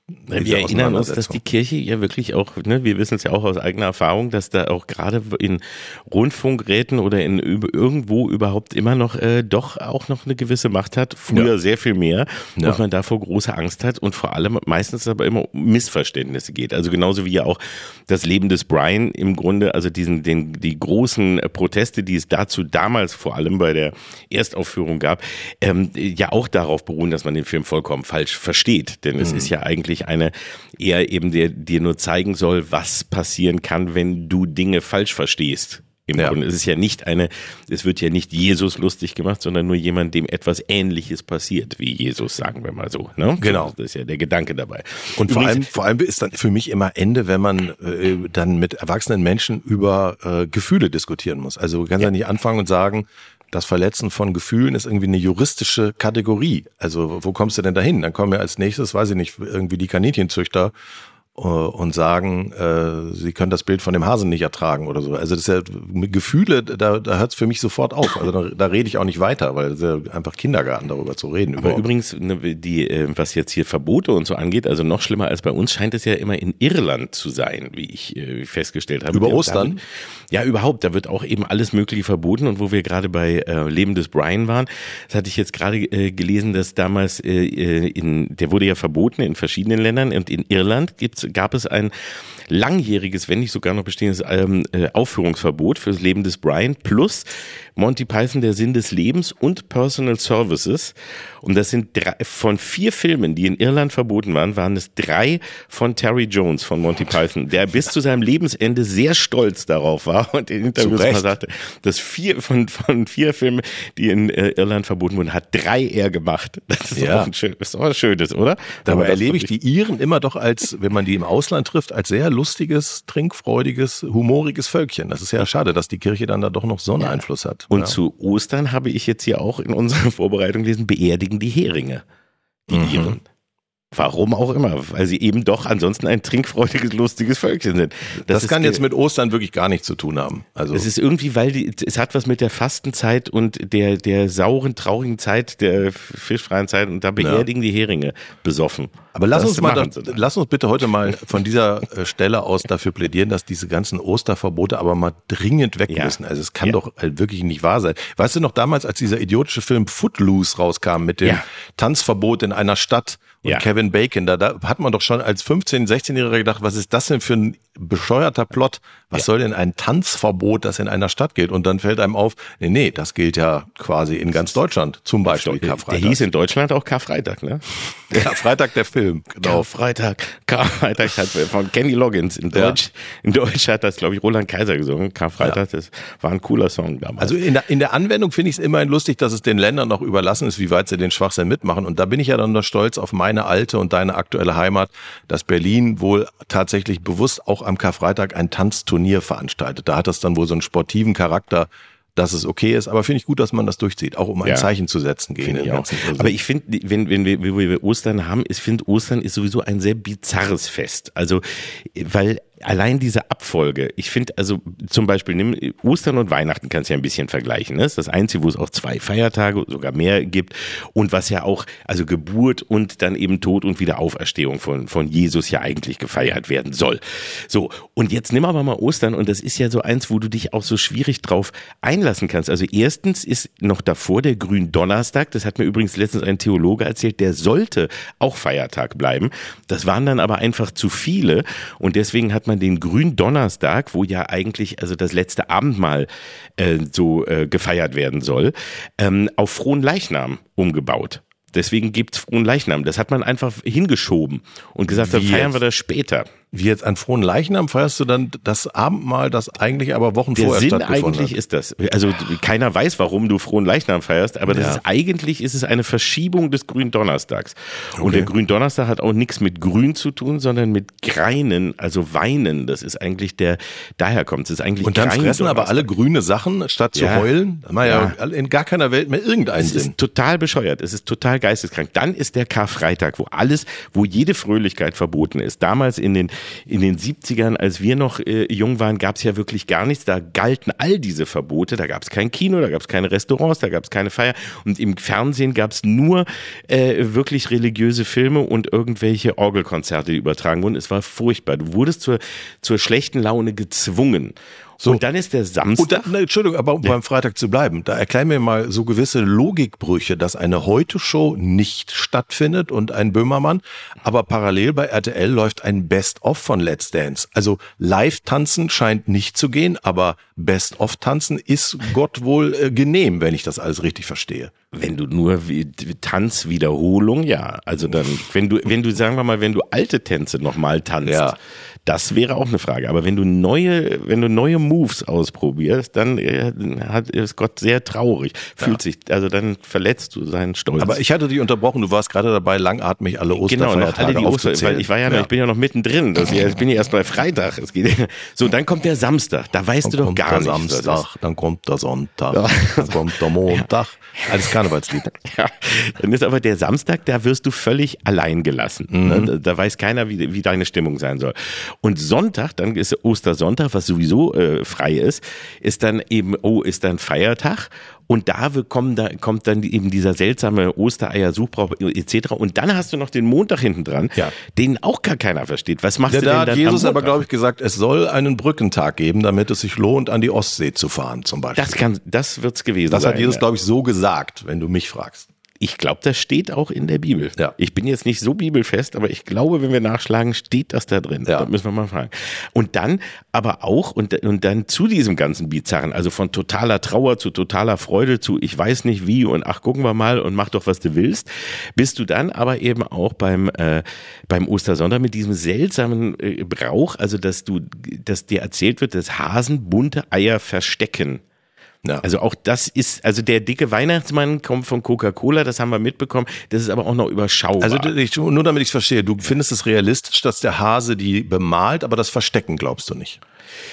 Wir erinnern uns, dass die Kirche ja wirklich auch, ne, wir wissen es ja auch aus eigener Erfahrung, dass da auch gerade in Rundfunkräten oder in irgendwo überhaupt immer noch äh, doch auch noch eine gewisse Macht hat. Früher ja. sehr viel mehr ja. und man davor große Angst hat und vor allem meistens aber immer um Missverständnisse geht. Also genauso wie ja auch das Leben des Brian im Grunde, also diesen den die großen Proteste, die es dazu damals vor allem bei der Erstaufführung gab, ähm, ja auch darauf beruhen, dass man den Film vollkommen falsch versteht. Denn mhm. es ist ja eigentlich eine eher eben, der dir nur zeigen soll, was passieren kann, wenn du Dinge falsch verstehst. Im ja. Grunde ist es ja nicht eine, es wird ja nicht Jesus lustig gemacht, sondern nur jemand, dem etwas Ähnliches passiert, wie Jesus, sagen wir mal so. Ne? Genau. Das ist ja der Gedanke dabei. Und vor allem, vor allem ist dann für mich immer Ende, wenn man äh, dann mit erwachsenen Menschen über äh, Gefühle diskutieren muss. Also du kannst ja. ja nicht anfangen und sagen, das Verletzen von Gefühlen ist irgendwie eine juristische Kategorie. Also wo kommst du denn dahin? Dann kommen ja als nächstes, weiß ich nicht, irgendwie die Kaninchenzüchter und sagen, äh, sie können das Bild von dem Hasen nicht ertragen oder so. Also das ist ja mit Gefühle, da, da hört es für mich sofort auf. Also da, da rede ich auch nicht weiter, weil das ist ja einfach Kindergarten, darüber zu reden. Aber übrigens, die, was jetzt hier Verbote und so angeht, also noch schlimmer als bei uns, scheint es ja immer in Irland zu sein, wie ich äh, festgestellt habe. Über Ostern? Damit, ja, überhaupt. Da wird auch eben alles Mögliche verboten. Und wo wir gerade bei äh, Leben des Brian waren, das hatte ich jetzt gerade äh, gelesen, dass damals äh, in, der wurde ja verboten in verschiedenen Ländern und in Irland gibt's gab es ein langjähriges, wenn nicht sogar noch bestehendes ähm, äh, Aufführungsverbot für das Leben des Brian plus Monty Python, der Sinn des Lebens und Personal Services. Und das sind drei, von vier Filmen, die in Irland verboten waren, waren es drei von Terry Jones von Monty Python, der bis zu seinem Lebensende sehr stolz darauf war und in Interviews mal sagte, dass vier von, von vier Filmen, die in äh, Irland verboten wurden, hat drei er gemacht. Das ist ja auch ein schön, ist auch was Schönes, oder? Dabei erlebe ich die Iren immer doch als, wenn man die im Ausland trifft, als sehr lustiges, trinkfreudiges, humoriges Völkchen. Das ist ja schade, dass die Kirche dann da doch noch so einen ja. Einfluss hat. Und ja. zu Ostern habe ich jetzt hier auch in unserer Vorbereitung gelesen, beerdigen die Heringe, die mhm. Iren. Warum auch immer, weil sie eben doch ansonsten ein trinkfreudiges, lustiges Völkchen sind. Das, das kann jetzt mit Ostern wirklich gar nichts zu tun haben. Also es ist irgendwie, weil die, es hat was mit der Fastenzeit und der der sauren, traurigen Zeit, der fischfreien Zeit und da beerdigen ja. die Heringe besoffen. Aber lass das uns mal, da, lass uns bitte heute mal von dieser Stelle aus dafür plädieren, dass diese ganzen Osterverbote aber mal dringend weg ja. müssen. Also es kann ja. doch wirklich nicht wahr sein. Weißt du noch damals, als dieser idiotische Film Footloose rauskam mit dem ja. Tanzverbot in einer Stadt und ja. Kevin Bacon, da, da hat man doch schon als fünfzehn-, sechzehnjähriger gedacht, was ist das denn für ein bescheuerter Plot? Was ja. soll denn ein Tanzverbot, das in einer Stadt gilt? Und dann fällt einem auf, nee, nee, das gilt ja quasi in ganz Deutschland, zum Beispiel Karfreitag. Der hieß in Deutschland auch Karfreitag, ne? Karfreitag, der Film, genau. Karfreitag, Karfreitag hat von Kenny Loggins. In Deutsch, ja. in Deutsch hat das, glaube ich, Roland Kaiser gesungen. Karfreitag, ja. das war ein cooler Song damals. Also in der, in der Anwendung finde ich es immerhin lustig, dass es den Ländern noch überlassen ist, wie weit sie den Schwachsinn mitmachen. Und da bin ich ja dann noch stolz auf meine alte und deine aktuelle Heimat, dass Berlin wohl tatsächlich bewusst auch am Karfreitag ein Tanzturnier veranstaltet. Da hat das dann wohl so einen sportiven Charakter, dass es okay ist, aber finde ich gut, dass man das durchzieht, auch um ein ja, Zeichen zu setzen gegen den ganzen Irrsinn. Aber ich finde, wenn, wenn wir, wenn wir Ostern haben, ich finde, Ostern ist sowieso ein sehr bizarres Fest. Also, weil allein diese Abfolge, ich finde, also zum Beispiel nimm Ostern und Weihnachten kannst du ja ein bisschen vergleichen. Ne? Das ist das Einzige, wo es auch zwei Feiertage, sogar mehr gibt und was ja auch, also Geburt und dann eben Tod und Wiederauferstehung von, von Jesus ja eigentlich gefeiert werden soll. So, und jetzt nimm aber mal Ostern und das ist ja so eins, wo du dich auch so schwierig drauf einlassen kannst. Also erstens ist noch davor der Gründonnerstag, das hat mir übrigens letztens ein Theologe erzählt, der sollte auch Feiertag bleiben. Das waren dann aber einfach zu viele und deswegen hat man den Gründonnerstag, wo ja eigentlich also das letzte Abendmahl äh, so äh, gefeiert werden soll, ähm, auf Fronleichnam umgebaut. Deswegen gibt's Fronleichnam. Das hat man einfach hingeschoben und gesagt, dann feiern wir das später. Wie jetzt an Fronleichnam feierst du dann das Abendmahl, das eigentlich aber Wochen Der vorher Sinn stattgefunden eigentlich hat. ist das. Also keiner weiß, warum du Fronleichnam feierst, aber das Ja. ist eigentlich ist es eine Verschiebung des Gründonnerstags. Und Okay. der Gründonnerstag hat auch nichts mit Grün zu tun, sondern mit Greinen, also Weinen. Das ist eigentlich der, daher kommt es. ist eigentlich Und dann fressen aber Greindonnerstag. alle grüne Sachen, statt zu Ja. heulen. Das macht ja. Ja. in gar keiner Welt mehr irgendeinen Es Sinn. ist total bescheuert, es ist total geisteskrank. Dann ist der Karfreitag, wo alles, wo jede Fröhlichkeit verboten ist. Damals in den in den siebzigern, als wir noch äh, jung waren, gab es ja wirklich gar nichts. Da galten all diese Verbote. Da gab es kein Kino, da gab es keine Restaurants, da gab es keine Feier. Und im Fernsehen gab es nur äh, wirklich religiöse Filme und irgendwelche Orgelkonzerte, die übertragen wurden. Es war furchtbar. Du wurdest zur, zur schlechten Laune gezwungen. So. Und dann ist der Samstag. Und da, Entschuldigung, aber um ja. beim Freitag zu bleiben, da erklär mir mal so gewisse Logikbrüche, dass eine Heute-Show nicht stattfindet und ein Böhmermann, aber parallel bei R T L läuft ein Best-of von Let's Dance. Also Live-Tanzen scheint nicht zu gehen, aber Best-of-Tanzen ist Gott wohl äh, genehm, wenn ich das alles richtig verstehe. Wenn du nur wie, Tanzwiederholung, ja. Also dann, wenn du, wenn du, sagen wir mal, wenn du alte Tänze nochmal tanzt, ja. das wäre auch eine Frage. Aber wenn du neue, wenn du neue Moves ausprobierst, dann äh, hat, ist Gott sehr traurig. Fühlt ja. sich, also dann verletzt du seinen Stolz. Aber ich hatte dich unterbrochen, du warst gerade dabei, langatmig alle Osterfeiertage genau, alle die Oster, weil ich war ja, ja. Noch, ich bin ja noch mittendrin. Das, ich bin ja erst bei Freitag. Es geht, so, dann kommt der Samstag. Da weißt dann du doch gar nicht. Dann kommt der Samstag, dann kommt der Sonntag, ja. dann kommt der Montag. Alles Karnevalslied. Ja, dann ist aber der Samstag, da wirst du völlig allein gelassen. Mhm. Ne? Da, da weiß keiner, wie, wie deine Stimmung sein soll. Und Sonntag, dann ist Ostersonntag, was sowieso äh, frei ist, ist dann eben, oh, ist dann Feiertag. Und da, kommen, da kommt dann eben dieser seltsame Ostereier-Suchbrauch et cetera. Und dann hast du noch den Montag hinten dran, ja. den auch gar keiner versteht. Was machst ja, du denn da dann? Hat Jesus aber, glaube ich, gesagt, es soll einen Brückentag geben, damit es sich lohnt, an die Ostsee zu fahren, zum Beispiel. Das kann, das wird's gewesen das sein. Das hat Jesus, ja. glaube ich, so gesagt, wenn du mich fragst. Ich glaube, das steht auch in der Bibel. Ja. Ich bin jetzt nicht so bibelfest, aber ich glaube, wenn wir nachschlagen, steht das da drin. Ja. Da müssen wir mal fragen. Und dann aber auch, und, und dann zu diesem ganzen Bizarren, also von totaler Trauer zu totaler Freude zu ich weiß nicht wie und ach, gucken wir mal und mach doch, was du willst, bist du dann aber eben auch beim, äh, beim Ostersonntag mit diesem seltsamen äh, Brauch, also dass du, dass dir erzählt wird, dass Hasen bunte Eier verstecken. Ja. Also auch das ist, also der dicke Weihnachtsmann kommt von Coca-Cola, das haben wir mitbekommen, das ist aber auch noch überschaubar. Also ich, nur damit ich es verstehe, du findest es realistisch, dass der Hase die bemalt, aber das Verstecken glaubst du nicht?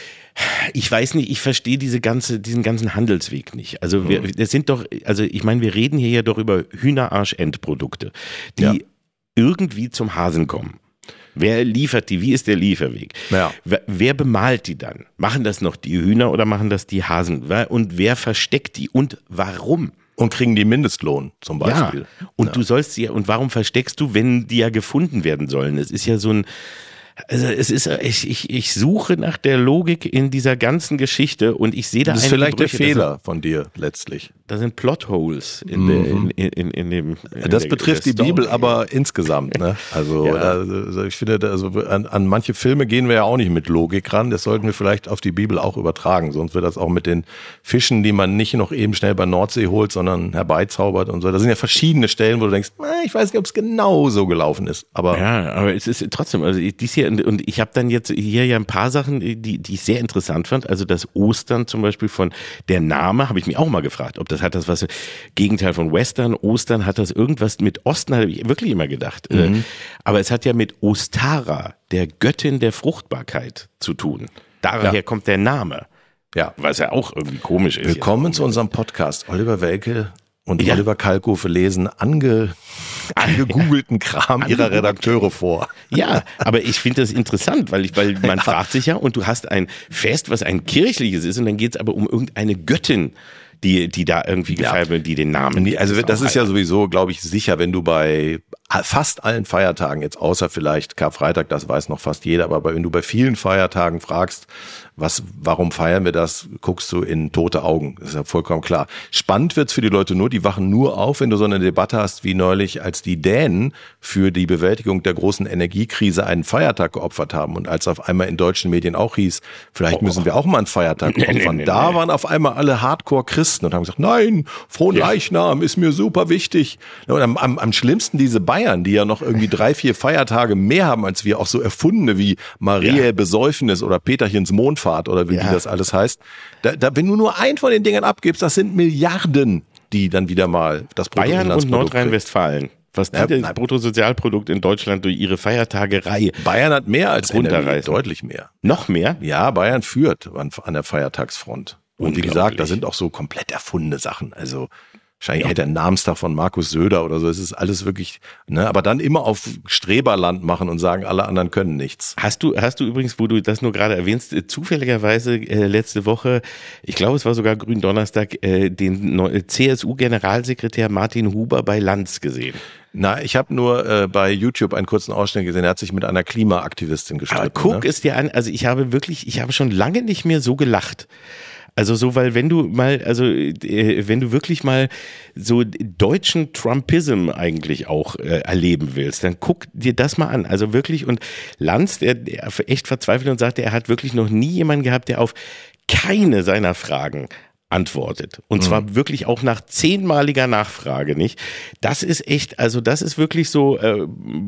Ich weiß nicht, ich verstehe diese ganze, diesen ganzen Handelsweg nicht. Also wir, das sind doch, also ich meine, wir reden hier ja doch über Hühnerarsch-Endprodukte, die ja. irgendwie zum Hasen kommen. Wer liefert die? Wie ist der Lieferweg? Ja. Wer, wer bemalt die dann? Machen das noch die Hühner oder machen das die Hasen? Und wer versteckt die und warum? Und kriegen die Mindestlohn zum Beispiel. Ja. Und ja. du sollst sie, und warum versteckst du, wenn die ja gefunden werden sollen? Es ist ja so ein, also es ist, ich, ich, ich suche nach der Logik in dieser ganzen Geschichte und ich sehe da das ist vielleicht Brüche, der Fehler sind, von dir letztlich. Da sind Plotholes in, mhm. der, in, in, in dem. In das der, betrifft der die Bibel aber insgesamt. Ne? Also, ja. also ich finde, also an, an manche Filme gehen wir ja auch nicht mit Logik ran. Das sollten wir vielleicht auf die Bibel auch übertragen. Sonst wird das auch mit den Fischen, die man nicht noch eben schnell bei Nordsee holt, sondern herbeizaubert und so. Da sind ja verschiedene Stellen, wo du denkst, ich weiß nicht, ob es genau so gelaufen ist. Aber ja, aber es ist trotzdem, also dies hier und ich habe dann jetzt hier ja ein paar Sachen, die, die ich sehr interessant fand. Also das Ostern zum Beispiel von der Name, habe ich mich auch mal gefragt, ob das hat das was, Gegenteil von Western, Ostern, hat das irgendwas mit Osten, habe ich wirklich immer gedacht. Mhm. Aber es hat ja mit Ostara, der Göttin der Fruchtbarkeit, zu tun. Daher ja. kommt der Name. Ja. Was ja auch irgendwie komisch ist. Willkommen ja. zu unserem Podcast. Oliver Welke und ja. Oliver Kalkofe lesen ange, angegoogelten Kram ihrer Redakteure vor. Ja, aber ich finde das interessant, weil ich, weil man ja. fragt sich ja, und du hast ein Fest, was ein kirchliches ist, und dann geht es aber um irgendeine Göttin, die, die da irgendwie gefeiert wird, die den Namen. Nee, also das ist ja sowieso, glaube ich, sicher, wenn du bei fast allen Feiertagen, jetzt außer vielleicht Karfreitag, das weiß noch fast jeder, aber wenn du bei vielen Feiertagen fragst, was, warum feiern wir das, guckst du in tote Augen. Das ist ja vollkommen klar. Spannend wird's für die Leute nur, die wachen nur auf, wenn du so eine Debatte hast wie neulich, als die Dänen für die Bewältigung der großen Energiekrise einen Feiertag geopfert haben und als auf einmal in deutschen Medien auch hieß, vielleicht oh, müssen wir auch mal einen Feiertag opfern. Nee, nee, nee, da nee. waren auf einmal alle Hardcore-Christen und haben gesagt, nein, frohen ja. Leichnam ist mir super wichtig. Und am, am, am schlimmsten diese Bayern, die ja noch irgendwie drei, vier Feiertage mehr haben als wir, auch so erfundene wie Maria ja. Besäufnis oder Peterchens Mondfahrt oder wie ja. das alles heißt. Da, da, wenn du nur einen von den Dingern abgibst, das sind Milliarden, die dann wieder mal das Bayern und Nordrhein-Westfalen. Was ja, das Bruttosozialprodukt in Deutschland durch ihre Feiertagerei. Bayern hat mehr als N R W, deutlich mehr. Noch mehr? Ja, Bayern führt an, an der Feiertagsfront. Und wie gesagt, da sind auch so komplett erfundene Sachen. Also Wahrscheinlich ja. hätte er einen Namenstag von Markus Söder oder so. Es ist alles wirklich, ne, aber dann immer auf Streberland machen und sagen, alle anderen können nichts. Hast du, hast du übrigens, wo du das nur gerade erwähnst, zufälligerweise äh, letzte Woche, ich glaube, es war sogar Gründonnerstag, äh, den C S U-Generalsekretär Martin Huber bei Lanz gesehen? Na, ich habe nur äh, bei YouTube einen kurzen Ausschnitt gesehen. Er hat sich mit einer Klimaaktivistin gestritten. Aber guck ne? es dir an. Also ich habe wirklich, ich habe schon lange nicht mehr so gelacht. Also so, weil wenn du mal, also äh, wenn du wirklich mal so deutschen Trumpism eigentlich auch äh, erleben willst, dann guck dir das mal an. Also wirklich, und Lanz, der, der echt verzweifelt und sagte, er hat wirklich noch nie jemanden gehabt, der auf keine seiner Fragen antwortet. Und zwar mhm. wirklich auch nach zehnmaliger Nachfrage, nicht? Das ist echt, also das ist wirklich so äh,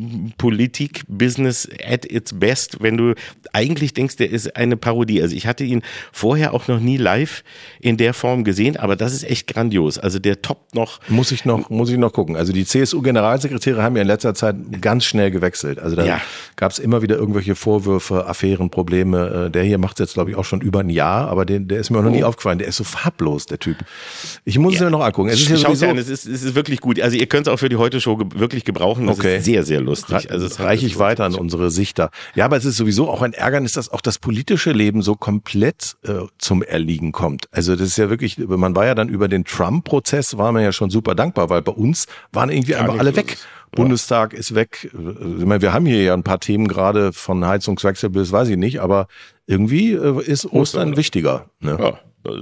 Politik, Business at its best, wenn du eigentlich denkst, der ist eine Parodie. Also ich hatte ihn vorher auch noch nie live in der Form gesehen, aber das ist echt grandios. Also der toppt noch. Muss ich noch, muss ich noch gucken. Also die C S U-Generalsekretäre haben ja in letzter Zeit ganz schnell gewechselt. Also da ja. gab es immer wieder irgendwelche Vorwürfe, Affären, Probleme. Der hier macht es jetzt, glaube ich, auch schon über ein Jahr, aber den, der ist mir auch noch nie oh. aufgefallen. Der ist so farblos, der Typ. Ich muss ja. es mir noch angucken. Es ist ja sowieso, an, es ist, es ist wirklich gut. Also ihr könnt es auch für die Heute-Show ge- wirklich gebrauchen. Das okay. ist sehr, sehr lustig. Also das reiche ich weiter an unsere Sichter. Ja, aber es ist sowieso auch ein Ärgernis, dass auch das politische Leben so komplett äh, zum Erliegen kommt. Also das ist ja wirklich, man war ja dann über den Trump-Prozess, war man ja schon super dankbar, weil bei uns waren irgendwie einfach alle weg. Bundestag ist weg. Ich meine, wir haben hier ja ein paar Themen gerade von Heizungswechsel bis weiß ich nicht, aber irgendwie ist Ostern wichtiger. Ne? Ja.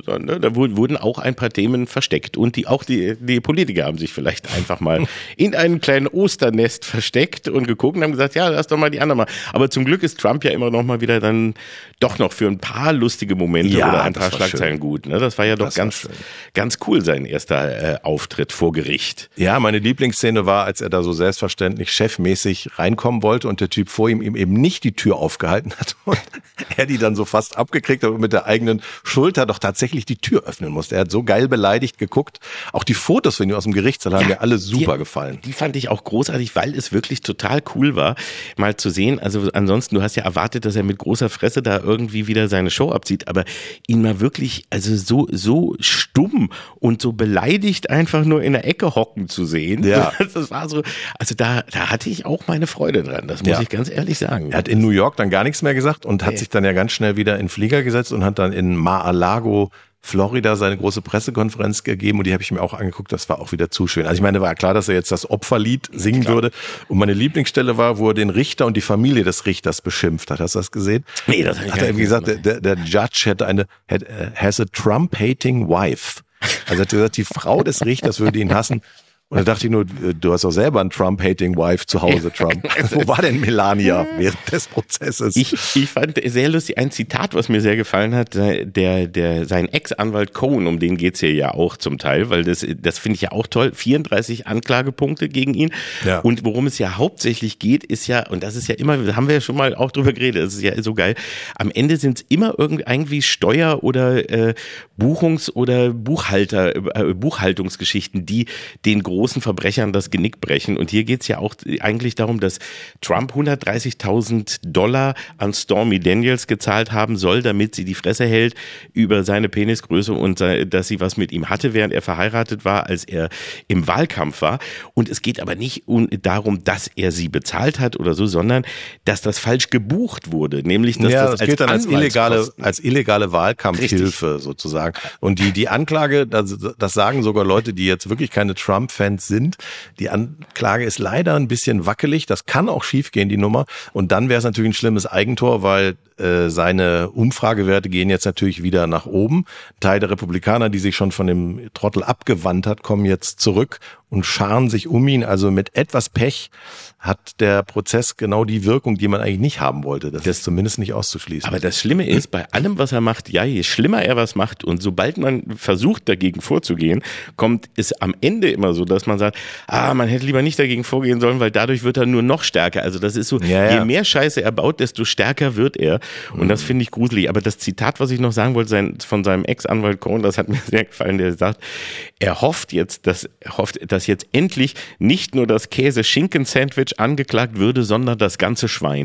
Da wurden auch ein paar Themen versteckt und die auch die, die Politiker haben sich vielleicht einfach mal in einem kleinen Osternest versteckt und geguckt und haben gesagt, ja, lass doch mal die anderen mal. Aber zum Glück ist Trump ja immer noch mal wieder dann doch noch für ein paar lustige Momente ja, oder ein paar Schlagzeilen schön. gut. Ne? Das war ja doch das ganz ganz cool, sein erster äh, Auftritt vor Gericht. Ja, meine Lieblingsszene war, als er da so selbstverständlich chefmäßig reinkommen wollte und der Typ vor ihm ihm eben nicht die Tür aufgehalten hat und er die dann so fast abgekriegt hat und mit der eigenen Schulter doch tatsächlich die Tür öffnen musste. Er hat so geil beleidigt geguckt. Auch die Fotos, wenn du aus dem Gerichtssaal, haben ja, mir alle super die, gefallen. Die fand ich auch großartig, weil es wirklich total cool war, mal zu sehen. Also ansonsten, du hast ja erwartet, dass er mit großer Fresse da irgendwie wieder seine Show abzieht, aber ihn mal wirklich, also so, so stumm und so beleidigt einfach nur in der Ecke hocken zu sehen. Ja. Das war so, also da, da hatte ich auch meine Freude dran. Das muss ja. ich ganz ehrlich sagen. Er hat in New York dann gar nichts mehr gesagt und hat okay. sich dann ja ganz schnell wieder in den Flieger gesetzt und hat dann in Mar-a-Lago, Florida, seine große Pressekonferenz gegeben und die habe ich mir auch angeguckt, das war auch wieder zu schön. Also ich meine, war klar, dass er jetzt das Opferlied singen klar. würde und meine Lieblingsstelle war, wo er den Richter und die Familie des Richters beschimpft hat. Hast du das gesehen? Nee, das habe ich hat er irgendwie gesagt, der, der Judge hätte eine, had, has a Trump-hating wife. Also er hat gesagt, die Frau des Richters würde ihn hassen. Und da dachte ich nur, du hast doch selber einen Trump-hating Wife zu Hause, Trump. Wo war denn Melania während des Prozesses? Ich, ich fand sehr lustig, ein Zitat, was mir sehr gefallen hat, der, der, sein Ex-Anwalt Cohen, um den geht's hier ja auch zum Teil, weil das, das finde ich ja auch toll, vierunddreißig Anklagepunkte gegen ihn. Ja. Und worum es ja hauptsächlich geht, ist ja, und das ist ja immer, da haben wir ja schon mal auch drüber geredet, das ist ja so geil, am Ende sind es immer irgendwie Steuer- oder äh, Buchungs- oder Buchhalter, äh, Buchhaltungsgeschichten, die den großen großen Verbrechern das Genick brechen. Und hier geht's ja auch eigentlich darum, dass Trump hundertdreißigtausend Dollar an Stormy Daniels gezahlt haben soll, damit sie die Fresse hält über seine Penisgröße und dass sie was mit ihm hatte, während er verheiratet war, als er im Wahlkampf war. Und es geht aber nicht darum, dass er sie bezahlt hat oder so, sondern dass das falsch gebucht wurde. Nämlich, dass ja, das, das als gilt dann als illegale, als illegale Wahlkampfhilfe Richtig. sozusagen. Und die, die Anklage, das, das sagen sogar Leute, die jetzt wirklich keine Trump-Fans sind. Die Anklage ist leider ein bisschen wackelig. Das kann auch schiefgehen, die Nummer. Und dann wäre es natürlich ein schlimmes Eigentor, weil äh, seine Umfragewerte gehen jetzt natürlich wieder nach oben. Ein Teil der Republikaner, die sich schon von dem Trottel abgewandt hat, kommen jetzt zurück und scharen sich um ihn. Also mit etwas Pech hat der Prozess genau die Wirkung, die man eigentlich nicht haben wollte. Das, das ist zumindest nicht auszuschließen. Aber das Schlimme ist, bei allem, was er macht, ja, je schlimmer er was macht und sobald man versucht, dagegen vorzugehen, kommt es am Ende immer so, dass man sagt, ah, man hätte lieber nicht dagegen vorgehen sollen, weil dadurch wird er nur noch stärker. Also das ist so, ja, ja. je mehr Scheiße er baut, desto stärker wird er. Und mhm. das finde ich gruselig. Aber das Zitat, was ich noch sagen wollte, sein, von seinem Ex-Anwalt Cohen, das hat mir sehr gefallen, der sagt, er hofft jetzt, dass, hofft, dass jetzt endlich nicht nur das Käse-Schinken-Sandwich angeklagt würde, sondern das ganze Schwein.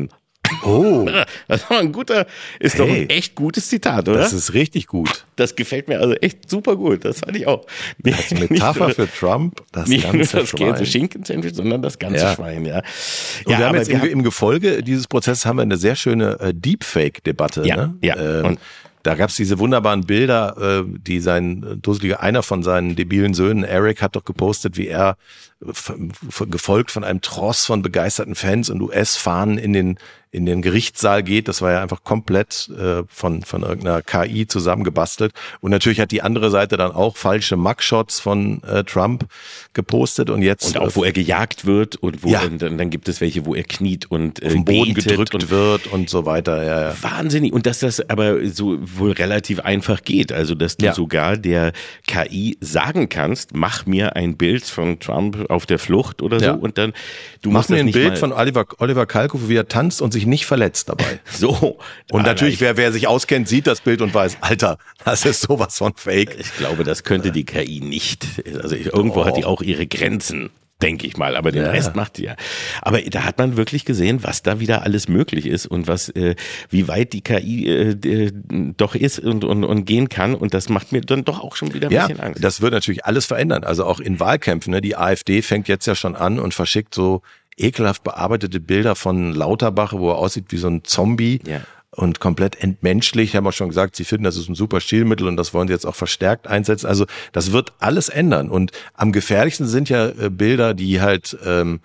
Oh. Das ist doch ein guter, ist hey, doch ein echt gutes Zitat, oder? Das ist richtig gut. Das gefällt mir also echt super gut. Das fand ich auch. Als Metapher für Trump, das nicht ganze nur das Schwein. Schinken-Sandwich, sondern das ganze ja. Schwein, ja. Und ja, wir haben aber jetzt wir im, haben, im Gefolge dieses Prozesses haben wir eine sehr schöne äh, Deepfake-Debatte. Ja, ne? ja. Ähm, Und Da gab es diese wunderbaren Bilder, äh, die sein dusseliger, einer von seinen debilen Söhnen, Eric, hat doch gepostet, wie er f- f- gefolgt von einem Tross von begeisterten Fans und U S-Fahnen in den in den Gerichtssaal geht. Das war ja einfach komplett äh, von von irgendeiner K I zusammengebastelt. Und natürlich hat die andere Seite dann auch falsche Mugshots von äh, Trump gepostet und jetzt und auch wo er gejagt wird und wo ja. und dann, dann gibt es welche, wo er kniet und äh, auf den Boden betet gedrückt und wird und so weiter. Ja, ja. Wahnsinnig. Und dass das aber so wohl relativ einfach geht. Also, dass du Ja. sogar der K I sagen kannst, mach mir ein Bild von Trump auf der Flucht oder so. Ja. Und dann, du Mach musst mir das ein nicht Bild mal von Oliver, Oliver Kalkofe, wie er tanzt und sich nicht verletzt dabei. so. Und Ah, natürlich, ich, wer, wer sich auskennt, sieht das Bild und weiß, Alter, das ist sowas von Fake. ich glaube, das könnte die K I nicht. Also, ich, irgendwo Oh. hat die auch ihre Grenzen. Denke ich mal, aber den Ja. Rest macht die ja. Aber da hat man wirklich gesehen, was da wieder alles möglich ist und was, äh, wie weit die K I äh, äh, doch ist und, und, und gehen kann. Und das macht mir dann doch auch schon wieder ein Ja, bisschen Angst. das wird natürlich alles verändern. Also auch in Wahlkämpfen. Ne? Die AfD fängt jetzt ja schon an und verschickt so ekelhaft bearbeitete Bilder von Lauterbach, wo er aussieht wie so ein Zombie. Ja. Und komplett entmenschlich, haben wir schon gesagt, sie finden, das ist ein super Stilmittel und das wollen sie jetzt auch verstärkt einsetzen. Also das wird alles ändern. Und am gefährlichsten sind ja äh, Bilder, die halt ähm,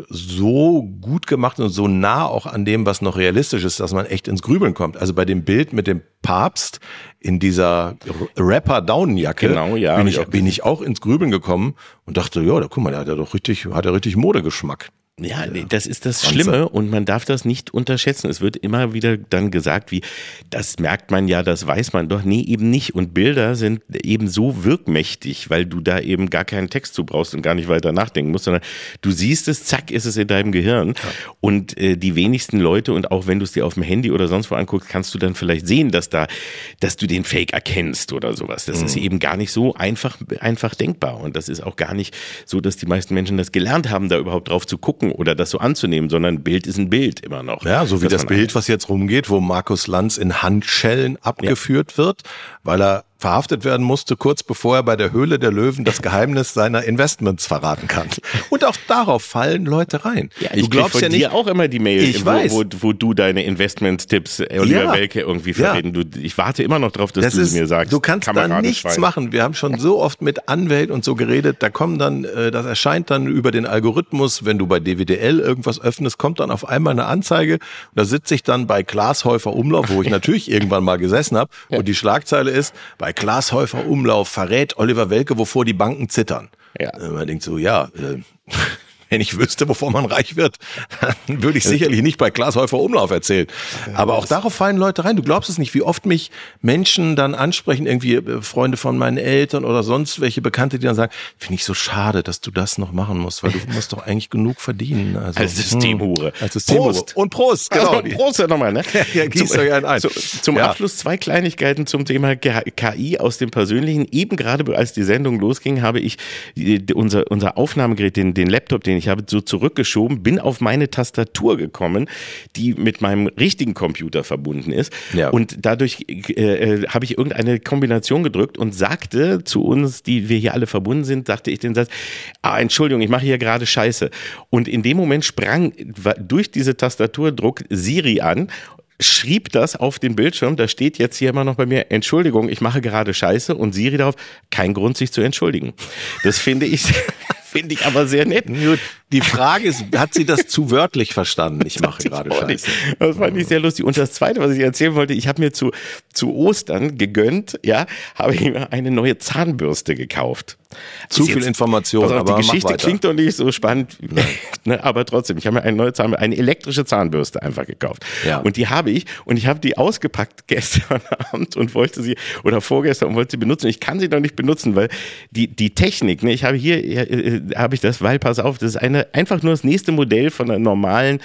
so gut gemacht und so nah auch an dem, was noch realistisch ist, dass man echt ins Grübeln kommt. Also bei dem Bild mit dem Papst in dieser Rapper-Daunenjacke Genau, ja, bin, hab ich ich, auch bin ich auch ins Grübeln gekommen und dachte, ja, da, guck mal, der hat ja doch richtig, hat ja richtig Modegeschmack. Ja, nee, das ist das Wahnsinn. Schlimme und man darf das nicht unterschätzen. Es wird immer wieder dann gesagt, wie, das merkt man ja, das weiß man doch. Nee, eben nicht. Und Bilder sind eben so wirkmächtig, weil du da eben gar keinen Text zu brauchst und gar nicht weiter nachdenken musst, sondern du siehst es, zack, ist es in deinem Gehirn. Ja. Und äh, die wenigsten Leute, und auch wenn du es dir auf dem Handy oder sonst wo anguckst, kannst du dann vielleicht sehen, dass da, dass du den Fake erkennst oder sowas. Das mhm. ist eben gar nicht so einfach, einfach denkbar. Und das ist auch gar nicht so, dass die meisten Menschen das gelernt haben, da überhaupt drauf zu gucken oder das so anzunehmen, sondern Bild ist ein Bild immer noch. Ja, so wie das Bild, was jetzt rumgeht, wo Markus Lanz in Handschellen abgeführt ja. wird, weil er verhaftet werden musste, kurz bevor er bei der Höhle der Löwen das Geheimnis seiner Investments verraten kann. Und auch darauf fallen Leute rein. Ja, ich glaubst von ja nicht, dir auch immer die Mail, ich wo, weiß. Wo, wo du deine Investment-Tipps Oliver ja. Welke irgendwie verreden. Ja. Du, ich warte immer noch drauf, dass das du ist, sie mir sagst. Du kannst da nichts machen. Wir haben schon so oft mit Anwälten und so geredet, da kommen dann, das erscheint dann über den Algorithmus, wenn du bei D W D L irgendwas öffnest, kommt dann auf einmal eine Anzeige und da sitze ich dann bei Klaas Häufer Umlauf, wo ich natürlich irgendwann mal gesessen habe ja. und die Schlagzeile ist, bei Klaas Häufer Umlauf verrät Oliver Welke, wovor die Banken zittern. Ja. Man denkt so, ja, äh, wenn ich wüsste, wovor man reich wird, dann würde ich sicherlich nicht bei Klaas Häufer Umlauf erzählen. Aber auch darauf fallen Leute rein. Du glaubst es nicht, wie oft mich Menschen dann ansprechen, irgendwie Freunde von meinen Eltern oder sonst welche Bekannte, die dann sagen, finde ich so schade, dass du das noch machen musst, weil du musst doch eigentlich genug verdienen. Also, als Systemhure. Hm, als Systemhure. Prost. Und Prost, genau. Also, Prost ja nochmal, ne? Ja, gießt euch einen ein. Zu, zum ja. Abschluss zwei Kleinigkeiten zum Thema K I aus dem Persönlichen. Eben gerade, als die Sendung losging, habe ich die, unser, unser Aufnahmegerät, den, den Laptop, den ich habe, so zurückgeschoben, bin auf meine Tastatur gekommen, die mit meinem richtigen Computer verbunden ist. Ja. Und dadurch äh, habe ich irgendeine Kombination gedrückt und sagte zu uns, die wir hier alle verbunden sind, sagte ich den Satz, ah, Entschuldigung, ich mache hier gerade Scheiße. Und in dem Moment sprang durch diese Tastaturdruck Siri an, schrieb das auf den Bildschirm, da steht jetzt hier immer noch bei mir, Entschuldigung, ich mache gerade Scheiße, und Siri darauf, kein Grund, sich zu entschuldigen. Das finde ich... Finde ich aber sehr nett. Die Frage ist, hat sie das zu wörtlich verstanden? Ich mache gerade Scheiße. Das fand ich sehr lustig. Und das Zweite, was ich erzählen wollte, ich habe mir zu, zu Ostern gegönnt, ja, habe ich mir eine neue Zahnbürste gekauft. Zu viel Information, auf, aber die Geschichte mach weiter. klingt doch nicht so spannend, ne, aber trotzdem, ich habe mir eine neue Zahnbürste, eine elektrische Zahnbürste einfach gekauft. Ja. Und die habe ich, und ich habe die ausgepackt gestern Abend und wollte sie, oder vorgestern, und wollte sie benutzen. Ich kann sie noch nicht benutzen, weil die, die Technik, ne, ich habe hier, äh, habe ich das, weil, pass auf, das ist eine, einfach nur das nächste Modell von einer normalen,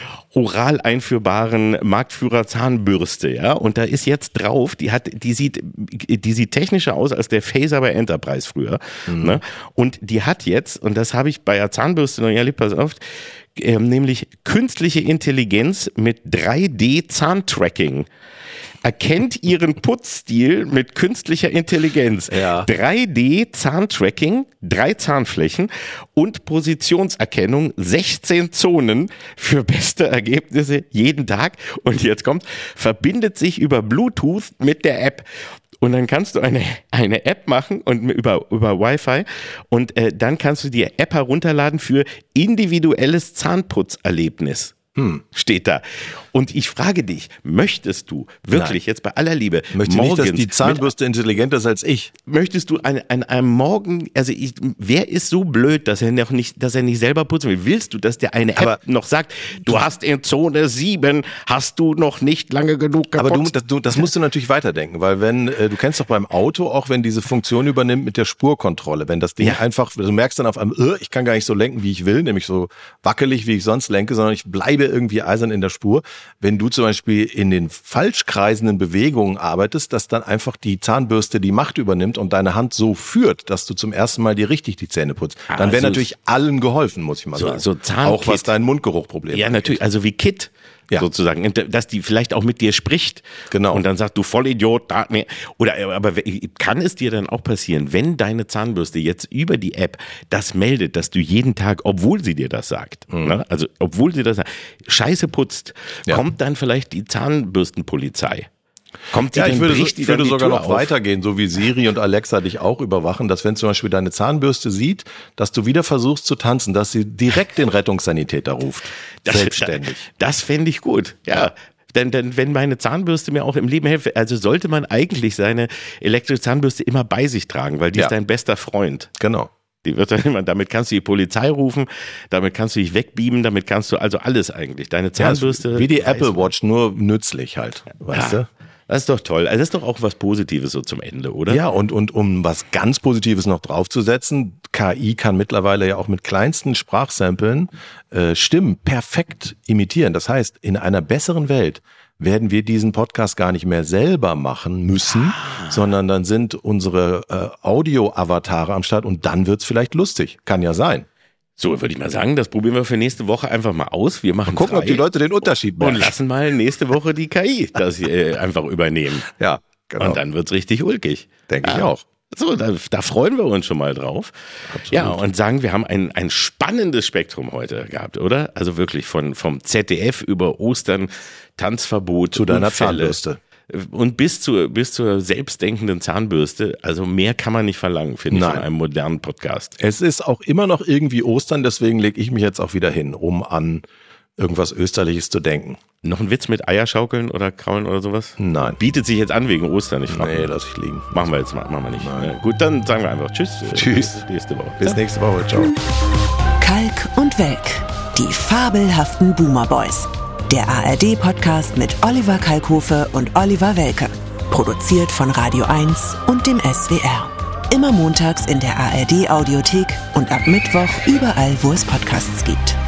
oral einführbaren Marktführer-Zahnbürste, ja, und da ist jetzt drauf, die hat, die sieht, die sieht technischer aus als der Phaser bei Enterprise früher, mhm. ne, und die hat jetzt, und das habe ich bei der Zahnbürste noch, ja, pass auf, ähm, nämlich künstliche Intelligenz mit drei D-Zahntracking. Erkennt ihren Putzstil mit künstlicher Intelligenz. Ja. drei D-Zahntracking, drei Zahnflächen und Positionserkennung, sechzehn Zonen für beste Ergebnisse jeden Tag. Und jetzt kommt, verbindet sich über Bluetooth mit der App. Und dann kannst du eine, eine App machen und über, über Wi-Fi und äh, dann kannst du die App herunterladen für individuelles Zahnputzerlebnis. Hm. Steht da. Und ich frage dich, möchtest du wirklich Nein. jetzt bei aller Liebe Möchte morgens nicht, dass die Zahnbürste mit, intelligenter ist als ich. Möchtest du an, an einem Morgen, also ich, wer ist so blöd, dass er noch nicht, dass er nicht selber putzen will? Willst du, dass der eine App aber noch sagt, du hast in Zone sieben, hast du noch nicht lange genug geputzt? Aber du, das, du, das musst du natürlich weiterdenken, weil wenn, äh, du kennst doch beim Auto auch, wenn diese Funktion übernimmt mit der Spurkontrolle, wenn das Ding ja. einfach, du merkst dann auf einmal, äh, ich kann gar nicht so lenken, wie ich will, nämlich so wackelig, wie ich sonst lenke, sondern ich bleibe irgendwie eisern in der Spur. Wenn du zum Beispiel in den falsch kreisenden Bewegungen arbeitest, dass dann einfach die Zahnbürste die Macht übernimmt und deine Hand so führt, dass du zum ersten Mal dir richtig die Zähne putzt. Dann wäre also natürlich allen geholfen, muss ich mal so, sagen. So auch was dein Mundgeruchproblem Ja, angeht. natürlich, also wie Kit. Ja. Sozusagen, dass die vielleicht auch mit dir spricht. Genau. Und dann sagt, du Vollidiot, da, nee. Oder, aber kann es dir dann auch passieren, wenn deine Zahnbürste jetzt über die App das meldet, dass du jeden Tag, obwohl sie dir das sagt, mhm. ne? Also, obwohl sie das sagt, Scheiße putzt, ja. kommt dann vielleicht die Zahnbürstenpolizei. Kommt die ja, ich würde, so, bricht die ich würde dann sogar Tür noch auf? weitergehen, so wie Siri und Alexa dich auch überwachen, dass wenn zum Beispiel deine Zahnbürste sieht, dass du wieder versuchst zu tanzen, dass sie direkt den Rettungssanitäter ruft. Das, Selbstständig. Das, das fände ich gut, ja. ja. Denn, denn wenn meine Zahnbürste mir auch im Leben hilft, also sollte man eigentlich seine elektrische Zahnbürste immer bei sich tragen, weil die ja. ist dein bester Freund. Genau. Die wird dann immer, damit kannst du die Polizei rufen, damit kannst du dich wegbeamen, damit kannst du also alles eigentlich. Deine Zahnbürste. Ja, wie die Apple Watch, nur nützlich halt, weißt ja. du? Das ist doch toll. Also das ist doch auch was Positives so zum Ende, oder? Ja, und, und um was ganz Positives noch draufzusetzen, K I kann mittlerweile ja auch mit kleinsten Sprachsamplen äh, Stimmen perfekt imitieren. Das heißt, in einer besseren Welt werden wir diesen Podcast gar nicht mehr selber machen müssen, ah. sondern dann sind unsere äh, Audio-Avatare am Start und dann wird's vielleicht lustig. Kann ja sein. So, würde ich mal sagen, das probieren wir für nächste Woche einfach mal aus. Wir machen mal gucken, frei ob die Leute den Unterschied merken. Und lassen mal nächste Woche die K I das äh, einfach übernehmen. Ja, genau. Und dann wird's richtig ulkig. Denke ja. ich auch. So, da, da freuen wir uns schon mal drauf. Absolut. Ja, und sagen, wir haben ein, ein spannendes Spektrum heute gehabt, oder? Also wirklich von, vom Z D F über Ostern, Tanzverbot zu deiner Unfälle. Zahnbürste. Und bis zur, bis zur selbstdenkenden Zahnbürste, also mehr kann man nicht verlangen, finde ich, von einem modernen Podcast. Es ist auch immer noch irgendwie Ostern, deswegen lege ich mich jetzt auch wieder hin, um an irgendwas Österliches zu denken. Noch ein Witz mit Eierschaukeln oder Kraulen oder sowas? Nein. Bietet sich jetzt an wegen Ostern, ich frage. Nee, lass ich liegen. Machen wir jetzt mal, machen wir nicht. Nein. Gut, dann sagen wir einfach Tschüss. Tschüss. Bis nächste Woche. Bis nächste Woche. Ciao. Kalk und Welk, die fabelhaften Boomer Boys. Der A R D-Podcast mit Oliver Kalkofe und Oliver Welke. Produziert von Radio eins und dem S W R. Immer montags in der A R D-Audiothek und ab Mittwoch überall, wo es Podcasts gibt.